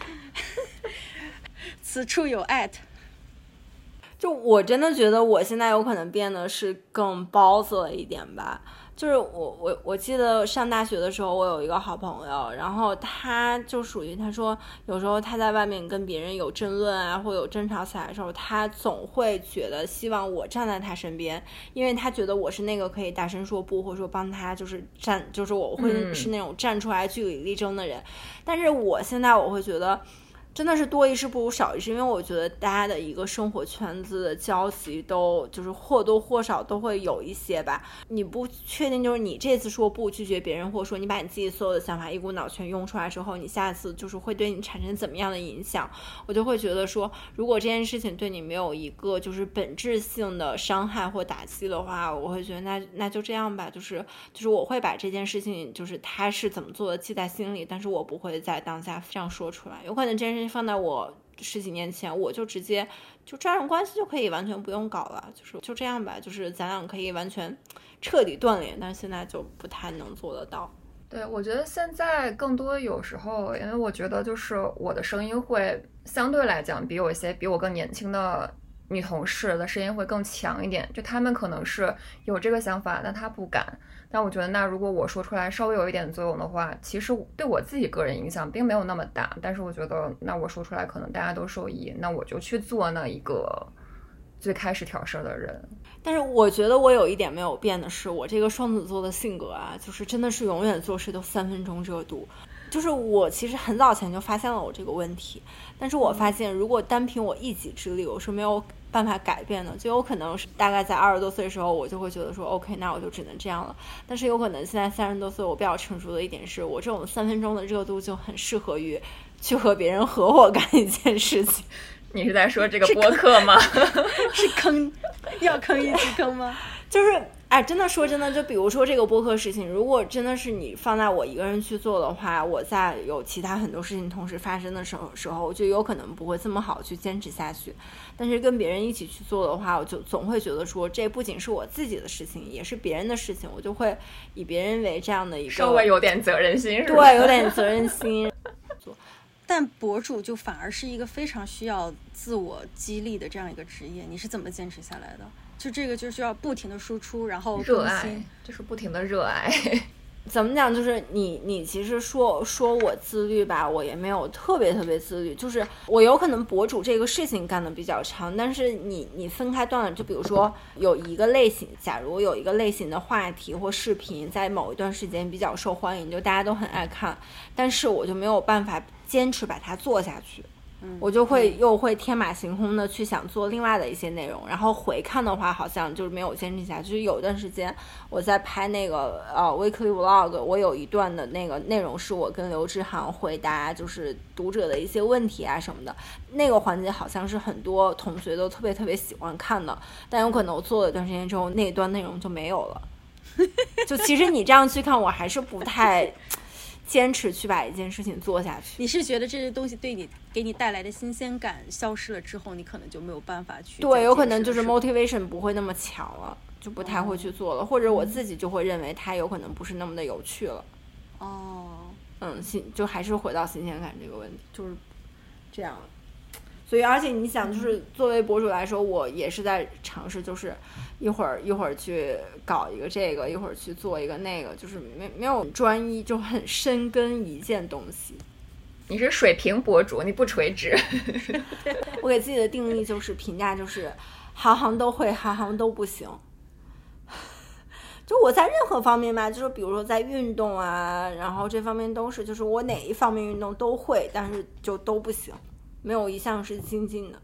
[SPEAKER 3] 此处有 at。
[SPEAKER 1] 就我真的觉得我现在有可能变得是更包子了一点吧。就是我我我记得上大学的时候，我有一个好朋友，然后他就属于他说有时候他在外面跟别人有争论啊，或有争吵起来的时候，他总会觉得希望我站在他身边，因为他觉得我是那个可以大声说不，或者说帮他就是站，就是我会是那种站出来据理力争的人。嗯、但是我现在我会觉得真的是多一事不如少一事，因为我觉得大家的一个生活圈子的交集都就是或多或少都会有一些吧。你不确定就是你这次说不拒绝别人，或者说你把你自己所有的想法一股脑全用出来之后，你下次就是会对你产生怎么样的影响。我就会觉得说，如果这件事情对你没有一个就是本质性的伤害或打击的话，我会觉得那那就这样吧，就是就是我会把这件事情就是他是怎么做的记在心里，但是我不会在当下这样说出来。有可能这件事情放在我十几年前，我就直接就这种关系就可以完全不用搞了，就是就这样吧，就是咱俩可以完全彻底断联，但是现在就不太能做得到。
[SPEAKER 2] 对，我觉得现在更多有时候，因为我觉得就是我的声音会相对来讲比有一些比我更年轻的女同事的声音会更强一点，就她们可能是有这个想法，但她不敢。但我觉得那如果我说出来稍微有一点作用的话，其实对我自己个人影响并没有那么大，但是我觉得那我说出来可能大家都受益，那我就去做那一个最开始挑事儿的人。
[SPEAKER 1] 但是我觉得我有一点没有变的是，我这个双子座的性格啊，就是真的是永远做事都三分钟热度。就是我其实很早前就发现了我这个问题，但是我发现如果单凭我一己之力我是没有办法改变的，就有可能是大概在二十多岁的时候我就会觉得说 OK 那我就只能这样了，但是有可能现在三十多岁我比较成熟的一点是，我这种三分钟的热度就很适合于去和别人合伙干一件事情。
[SPEAKER 2] 你是在说这个播客吗？
[SPEAKER 3] 是坑，要坑一起坑吗？
[SPEAKER 1] 就是哎，真的说真的，就比如说这个播客事情，如果真的是你放在我一个人去做的话，我在有其他很多事情同时发生的时候时候就有可能不会这么好去坚持下去。但是跟别人一起去做的话，我就总会觉得说这不仅是我自己的事情，也是别人的事情，我就会以别人为这样的一个
[SPEAKER 2] 稍微有点责任心，是吧？
[SPEAKER 1] 对，有点责任心。
[SPEAKER 3] 但博主就反而是一个非常需要自我激励的这样一个职业，你是怎么坚持下来的？就这个就需要不停的输出，然后
[SPEAKER 2] 热爱，就是不停的热爱。
[SPEAKER 1] 怎么讲？就是你，你其实说说我自律吧，我也没有特别特别自律。就是我有可能博主这个事情干得比较长，但是你你分开断了，就比如说有一个类型，假如有一个类型的话题或视频在某一段时间比较受欢迎，就大家都很爱看，但是我就没有办法坚持把它做下去。我就会又会天马行空的去想做另外的一些内容，然后回看的话好像就是没有坚持下去。就是有一段时间我在拍那个呃 weekly vlog， 我有一段的那个内容是我跟刘志航回答就是读者的一些问题啊什么的，那个环节好像是很多同学都特别特别喜欢看的，但有可能我做了一段时间之后那一段内容就没有了。就其实你这样去看我还是不太坚持去把一件事情做下去。
[SPEAKER 3] 你是觉得这些东西对你给你带来的新鲜感消失了之后，你可能就没有办法去，
[SPEAKER 1] 对，有可能就是 motivation 不会那么强了，就不太会去做了、哦、或者我自己就会认为它有可能不是那么的有趣了。
[SPEAKER 3] 哦，
[SPEAKER 1] 嗯，新就还是回到新鲜感这个问题，就是这样。所以而且你想，就是作为博主来说，我也是在尝试，就是一会儿一会儿去搞一个这个，一会儿去做一个那个，就是没没有专一，就很深耕一件东西。
[SPEAKER 2] 你是水平博主，你不垂直。
[SPEAKER 1] 我给自己的定义就是评价就是行行都会，行行都不行。就我在任何方面吧，就是比如说在运动啊，然后这方面都是，就是我哪一方面运动都会，但是就都不行。没有一项是精进的。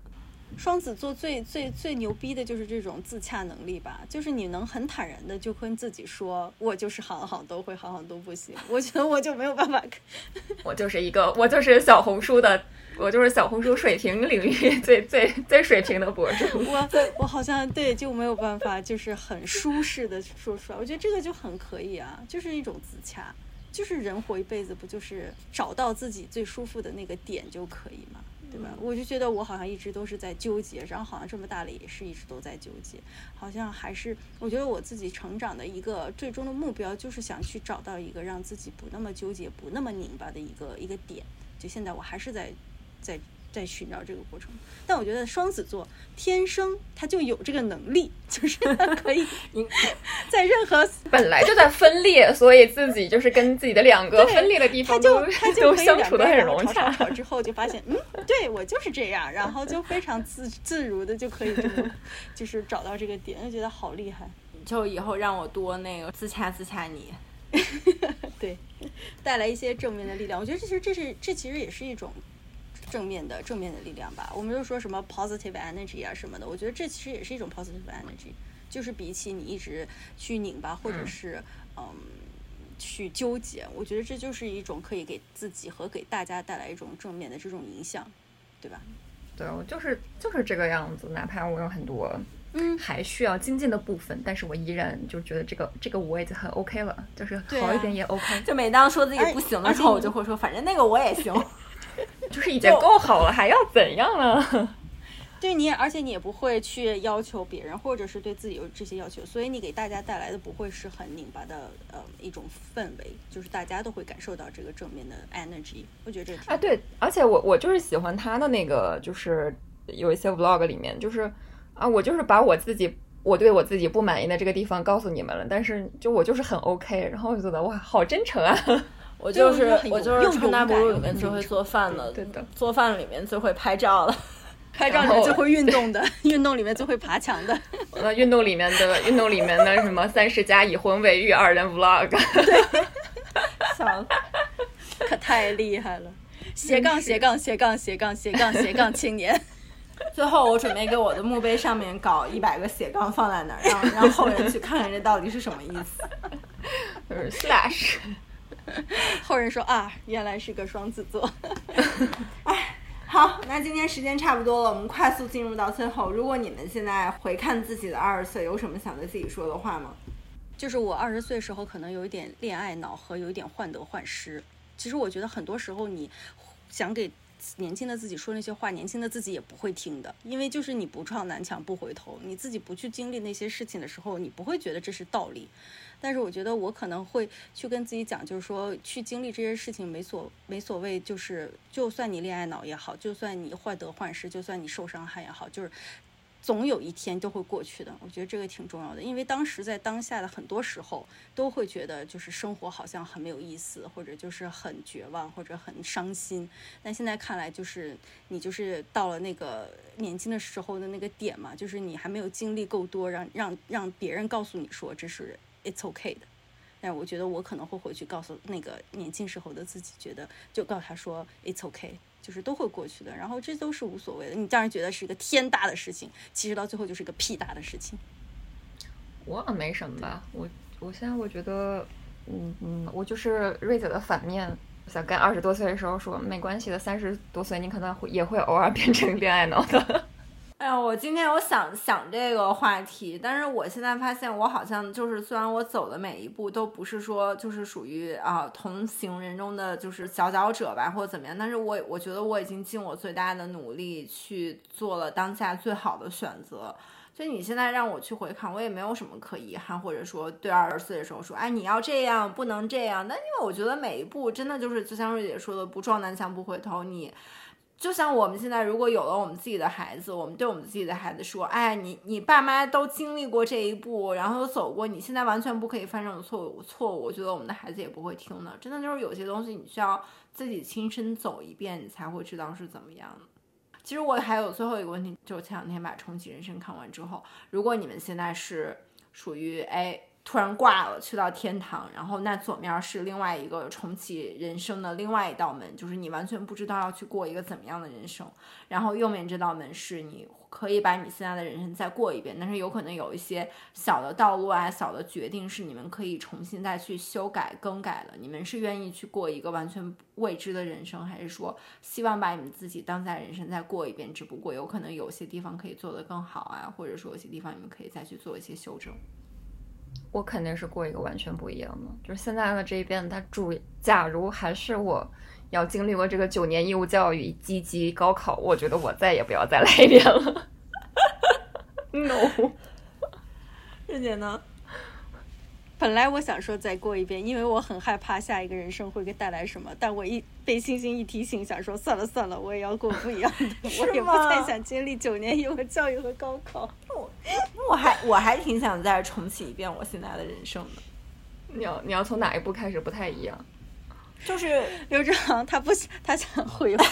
[SPEAKER 3] 双子座最最最牛逼的就是这种自洽能力吧，就是你能很坦然的就跟自己说，我就是行行都会，行行都不行。我觉得我就没有办法，
[SPEAKER 2] 我就是一个，我就是小红书的，我就是小红书水平领域最最最水平的博主。
[SPEAKER 3] 我我好像对就没有办法，就是很舒适的说出来。我觉得这个就很可以啊，就是一种自洽。就是人活一辈子，不就是找到自己最舒服的那个点就可以吗？对吧？我就觉得我好像一直都是在纠结，然后好像这么大了也是一直都在纠结，好像还是我觉得我自己成长的一个最终的目标就是想去找到一个让自己不那么纠结、不那么拧巴的一个一个点。就现在我还是在在在寻找这个过程，但我觉得双子座天生他就有这个能力，就是他可以在任何
[SPEAKER 2] 本来就在分裂，所以自己就是跟自己的两个分裂的地方都
[SPEAKER 3] 他就
[SPEAKER 2] 都相处得很融洽。
[SPEAKER 3] 吵之后就发现，嗯，对我就是这样，然后就非常自自如的就可以这么就是找到这个点，就觉得好厉害。
[SPEAKER 1] 就以后让我多那个自洽自洽你。
[SPEAKER 3] 对，带来一些正面的力量。我觉得这其实这是这其实也是一种正面的正面的力量吧。我们就说什么 positive energy 啊什么的，我觉得这其实也是一种 positive energy， 就是比起你一直去拧巴或者是 嗯, 嗯去纠结，我觉得这就是一种可以给自己和给大家带来一种正面的这种影响，对吧？
[SPEAKER 2] 对，我就是就是这个样子，哪怕我有很多嗯还需要精进的部分，但是我依然就觉得这个这个我已经很 OK 了，就是好一点也 OK、啊、
[SPEAKER 1] 就每当说自己不行的时候，我就会说反正那个我也行
[SPEAKER 2] 就是已经够好了，还要怎样呢？
[SPEAKER 3] 对，你而且你也不会去要求别人，或者是对自己有这些要求，所以你给大家带来的不会是很拧巴的呃一种氛围，就是大家都会感受到这个正面的 energy。我觉得这个
[SPEAKER 2] 啊对，而且我我就是喜欢他的那个，就是有一些 vlog 里面，就是啊，我就是把我自己我对我自己不满意的这个地方告诉你们了，但是就我就是很 OK， 然后我就觉得哇，好真诚啊。
[SPEAKER 1] 我就是我就是穿搭博主里面最会做饭的，
[SPEAKER 2] 对的，
[SPEAKER 1] 做饭里面最会拍照的。
[SPEAKER 3] 拍照里面最会运动的，运动里面最会爬墙的。
[SPEAKER 2] 那运动里面的运动里面的什么三十加已婚未育二人 vlog，
[SPEAKER 3] 对，笑，可太厉害了！斜杠斜杠斜杠斜杠斜杠斜杠青年。
[SPEAKER 1] 最后我准备给我的墓碑上面搞一百个斜杠放在那儿，让让后人去看看这到底是什么意思。
[SPEAKER 2] 就是 slash，
[SPEAKER 3] 后人说啊，原来是个双子座。
[SPEAKER 1] 哎。好，那今天时间差不多了，我们快速进入到最后。如果你们现在回看自己的二十岁，有什么想对自己说的话吗？
[SPEAKER 3] 就是我二十岁的时候可能有一点恋爱脑和有一点患得患失。其实我觉得很多时候你想给年轻的自己说那些话，年轻的自己也不会听的，因为就是你不撞南墙不回头，你自己不去经历那些事情的时候，你不会觉得这是道理。但是我觉得我可能会去跟自己讲，就是说去经历这些事情没所没所谓，就是就算你恋爱脑也好，就算你患得患失，就算你受伤害也好，就是总有一天都会过去的。我觉得这个挺重要的，因为当时在当下的很多时候都会觉得就是生活好像很没有意思，或者就是很绝望，或者很伤心。但现在看来，就是你就是到了那个年轻的时候的那个点嘛，就是你还没有经历够多，让让让别人告诉你说这是It's okay 的，但是我觉得我可能会回去告诉那个年轻时候的自己，觉得就告诉他说 It's okay， 就是都会过去的，然后这都是无所谓的。你当然觉得是一个天大的事情，其实到最后就是一个屁大的事情。
[SPEAKER 2] 我没什么吧，我我现在我觉得，嗯嗯，我就是瑞姐的反面，想跟二十多岁的时候说没关系的，三十多岁你可能会也会偶尔变成恋爱脑的。
[SPEAKER 1] 哎呀，我今天有想想这个话题，但是我现在发现我好像就是虽然我走的每一步都不是说就是属于啊同行人中的就是佼佼者吧或者怎么样，但是我我觉得我已经尽我最大的努力去做了当下最好的选择。所以你现在让我去回看，我也没有什么可遗憾，或者说对二十岁的时候说哎你要这样不能这样，但因为我觉得每一步真的就是就像瑞姐说的，不撞南墙不回头。你就像我们现在如果有了我们自己的孩子，我们对我们自己的孩子说哎你你爸妈都经历过这一步，然后都走过，你现在完全不可以犯这种错误错误我觉得我们的孩子也不会听的。真的就是有些东西你需要自己亲身走一遍，你才会知道是怎么样的。其实我还有最后一个问题，就是前两天把重启人生看完之后，如果你们现在是属于哎突然挂了去到天堂，然后那左面是另外一个重启人生的另外一道门，就是你完全不知道要去过一个怎么样的人生，然后右面这道门是你可以把你现在的人生再过一遍，但是有可能有一些小的道路啊小的决定是你们可以重新再去修改更改的。你们是愿意去过一个完全未知的人生，还是说希望把你们自己当下人生再过一遍，只不过有可能有些地方可以做得更好啊，或者说有些地方你们可以再去做一些修正。
[SPEAKER 2] 我肯定是过一个完全不一样的，就是现在的这一遍它主假如还是我要经历过这个九年义务教育积极高考，我觉得我再也不要再来一遍了。no。
[SPEAKER 1] 日姐呢？
[SPEAKER 3] 本来我想说再过一遍，因为我很害怕下一个人生会给带来什么，但我一被星星一提醒，想说算了算了，我也要过不一样的，我也不太想经历九年义务教育和高考。
[SPEAKER 1] 我我还我还挺想再重启一遍我现在的人生的。
[SPEAKER 2] 你要你要从哪一步开始不太一样？
[SPEAKER 1] 就是
[SPEAKER 3] 刘志航他不他想悔婚。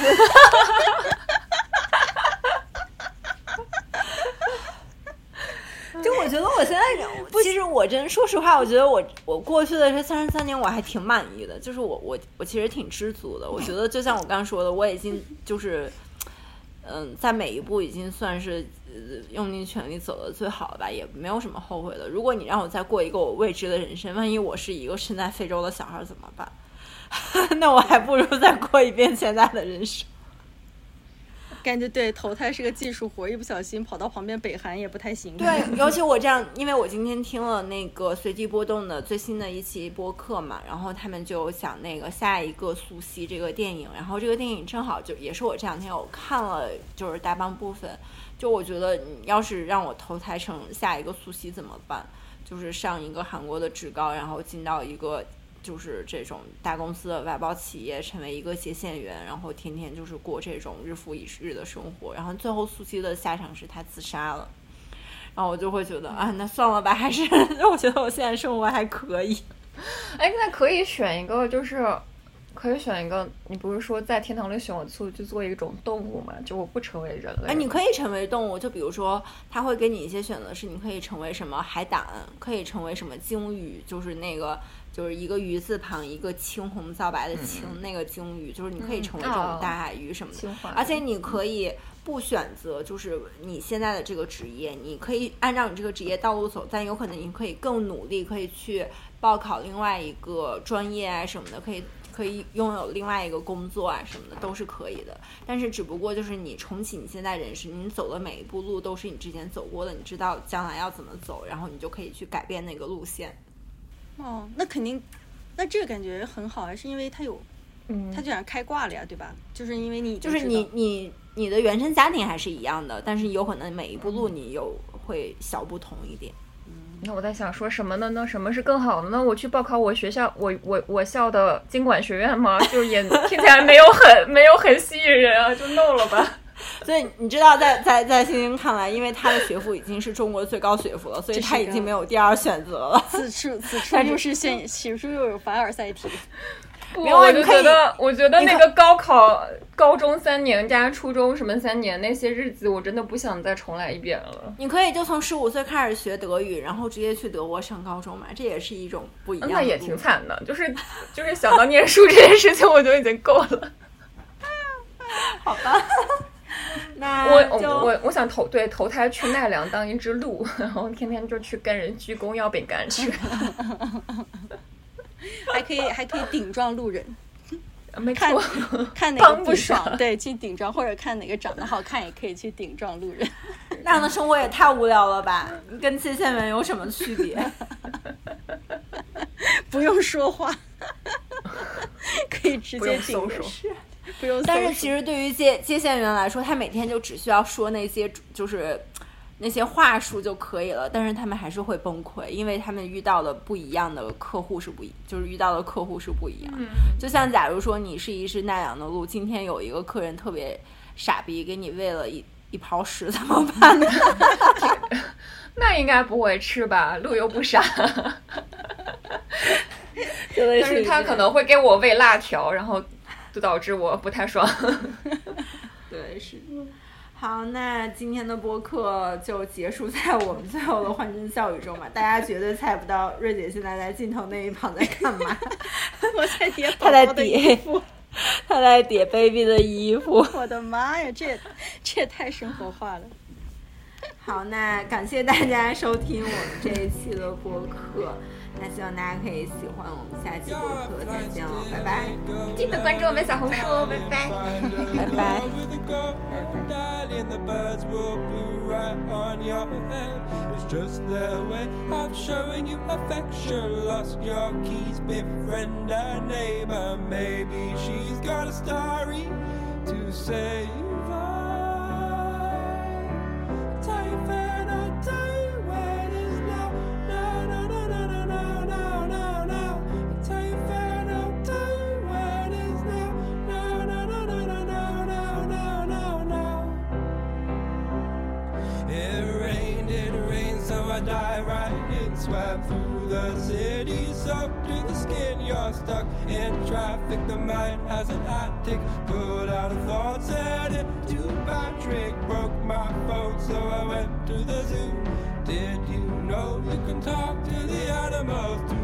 [SPEAKER 1] 就我觉得我现在，其实我真说实话，我觉得我我过去的这三十三年我还挺满意的，就是我我我其实挺知足的。我觉得就像我刚刚说的，我已经就是嗯，在每一步已经算是呃用尽全力走的最好了吧，也没有什么后悔的。如果你让我再过一个我未知的人生，万一我是一个身在非洲的小孩怎么办？那我还不如再过一遍现在的人生。
[SPEAKER 3] 感觉对，投胎是个技术活，一不小心跑到旁边北韩也不太行。
[SPEAKER 1] 对，尤其我这样，因为我今天听了那个随机波动的最新的一期播客嘛，然后他们就讲那个下一个苏西这个电影，然后这个电影正好就也是我这两天我看了，就是大半部分，就我觉得你要是让我投胎成下一个苏西怎么办？就是上一个韩国的职高，然后进到一个就是这种大公司的外包企业，成为一个接线员，然后天天就是过这种日复一日的生活，然后最后苏西的下场是他自杀了，然后我就会觉得啊，那算了吧，还是我觉得我现在生活还可以。
[SPEAKER 2] 哎，那可以选一个，就是可以选一个，你不是说在天堂里选我做就做一种动物嘛？就我不成为人类。
[SPEAKER 1] 哎，你可以成为动物，就比如说他会给你一些选择，是你可以成为什么海胆，可以成为什么鲸鱼，就是那个。就是一个鱼字旁一个青红皂白的青、嗯、那个鲸鱼，就是你可以成为这种大海鱼什么的、嗯、而且你可以不选择就是你现在的这个职业，你可以按照你这个职业道路走，但有可能你可以更努力，可以去报考另外一个专业啊什么的，可以可以拥有另外一个工作啊什么的都是可以的。但是只不过就是你重启你现在人生，你走的每一步路都是你之前走过的，你知道将来要怎么走，然后你就可以去改变那个路线。
[SPEAKER 3] 哦，那肯定，那这个感觉很好啊，是因为它有，嗯，它就想开挂了呀，对吧？就是因为你
[SPEAKER 1] 就是你你你的原生家庭还是一样的，但是有可能每一步路你有会小不同一点。
[SPEAKER 2] 嗯，那我在想说什么呢？那什么是更好的呢？我去报考我学校我我我校的经管学院吗？就也听起来没有很没有很吸引人啊，就 no 了吧。
[SPEAKER 1] 所以你知道在，在在在星星看来，因为他的学府已经是中国最高学府了，所以他已经没有第二选择了。
[SPEAKER 3] 此处此处又是现，此处又有凡尔赛题。
[SPEAKER 2] 没有，我就觉得，我觉得那个高考、高中三年加初中什么三年那些日子，我真的不想再重来一遍了。
[SPEAKER 1] 你可以就从十五岁开始学德语，然后直接去德国上高中嘛，这也是一种不一样的。
[SPEAKER 2] 那也挺惨的，就是就是想到念书这件事情，我就已经够了。
[SPEAKER 1] 好吧。那
[SPEAKER 2] 我我我想投对投胎去奈良当一只鹿，然后天天就去跟人鞠躬要饼干吃，
[SPEAKER 3] 还可以还可以顶撞路人，
[SPEAKER 2] 没错，
[SPEAKER 3] 看看哪个不爽，对，去顶撞，或者看哪个长得好看，也可以去顶撞路人。
[SPEAKER 1] 那样的生活也太无聊了吧？跟接线员有什么区别？
[SPEAKER 3] 不用说话，可以直接顶着。不用，
[SPEAKER 1] 但是其实对于接接线员来说，他每天就只需要说那些就是那些话术就可以了，但是他们还是会崩溃，因为他们遇到的不一样的客户是不一，就是遇到的客户是不一样。嗯，就像假如说你是一只奈良的鹿，今天有一个客人特别傻逼，给你喂了一一泡屎，怎么办呢？
[SPEAKER 2] 那应该不会吃吧？鹿又不傻。但是他可能会给我喂辣条，然后就导致我不太爽。
[SPEAKER 1] 对，是。 好，那今天的播客就结束在我们最后的欢声笑语中吧。大家绝对猜不到瑞姐现在在镜头那一旁在干嘛。
[SPEAKER 3] 我在叠
[SPEAKER 1] 宝宝
[SPEAKER 3] 的衣服，
[SPEAKER 1] 她在叠 baby 的衣服。
[SPEAKER 3] 我的妈呀，这也这也太生活化了。
[SPEAKER 1] 好，那感谢大家收听我们这一期的播客。那希望大家可以喜欢我们下期播客，再见了，拜拜！
[SPEAKER 2] 记得关注我们小红书，拜拜，
[SPEAKER 1] 拜拜。Swept through the city, soaked to the skin. You're stuck in traffic, the mind has an attic. Put out a thought, set it to Patrick. Broke my phone, so I went to the zoo. Did you know you can talk to the animals too?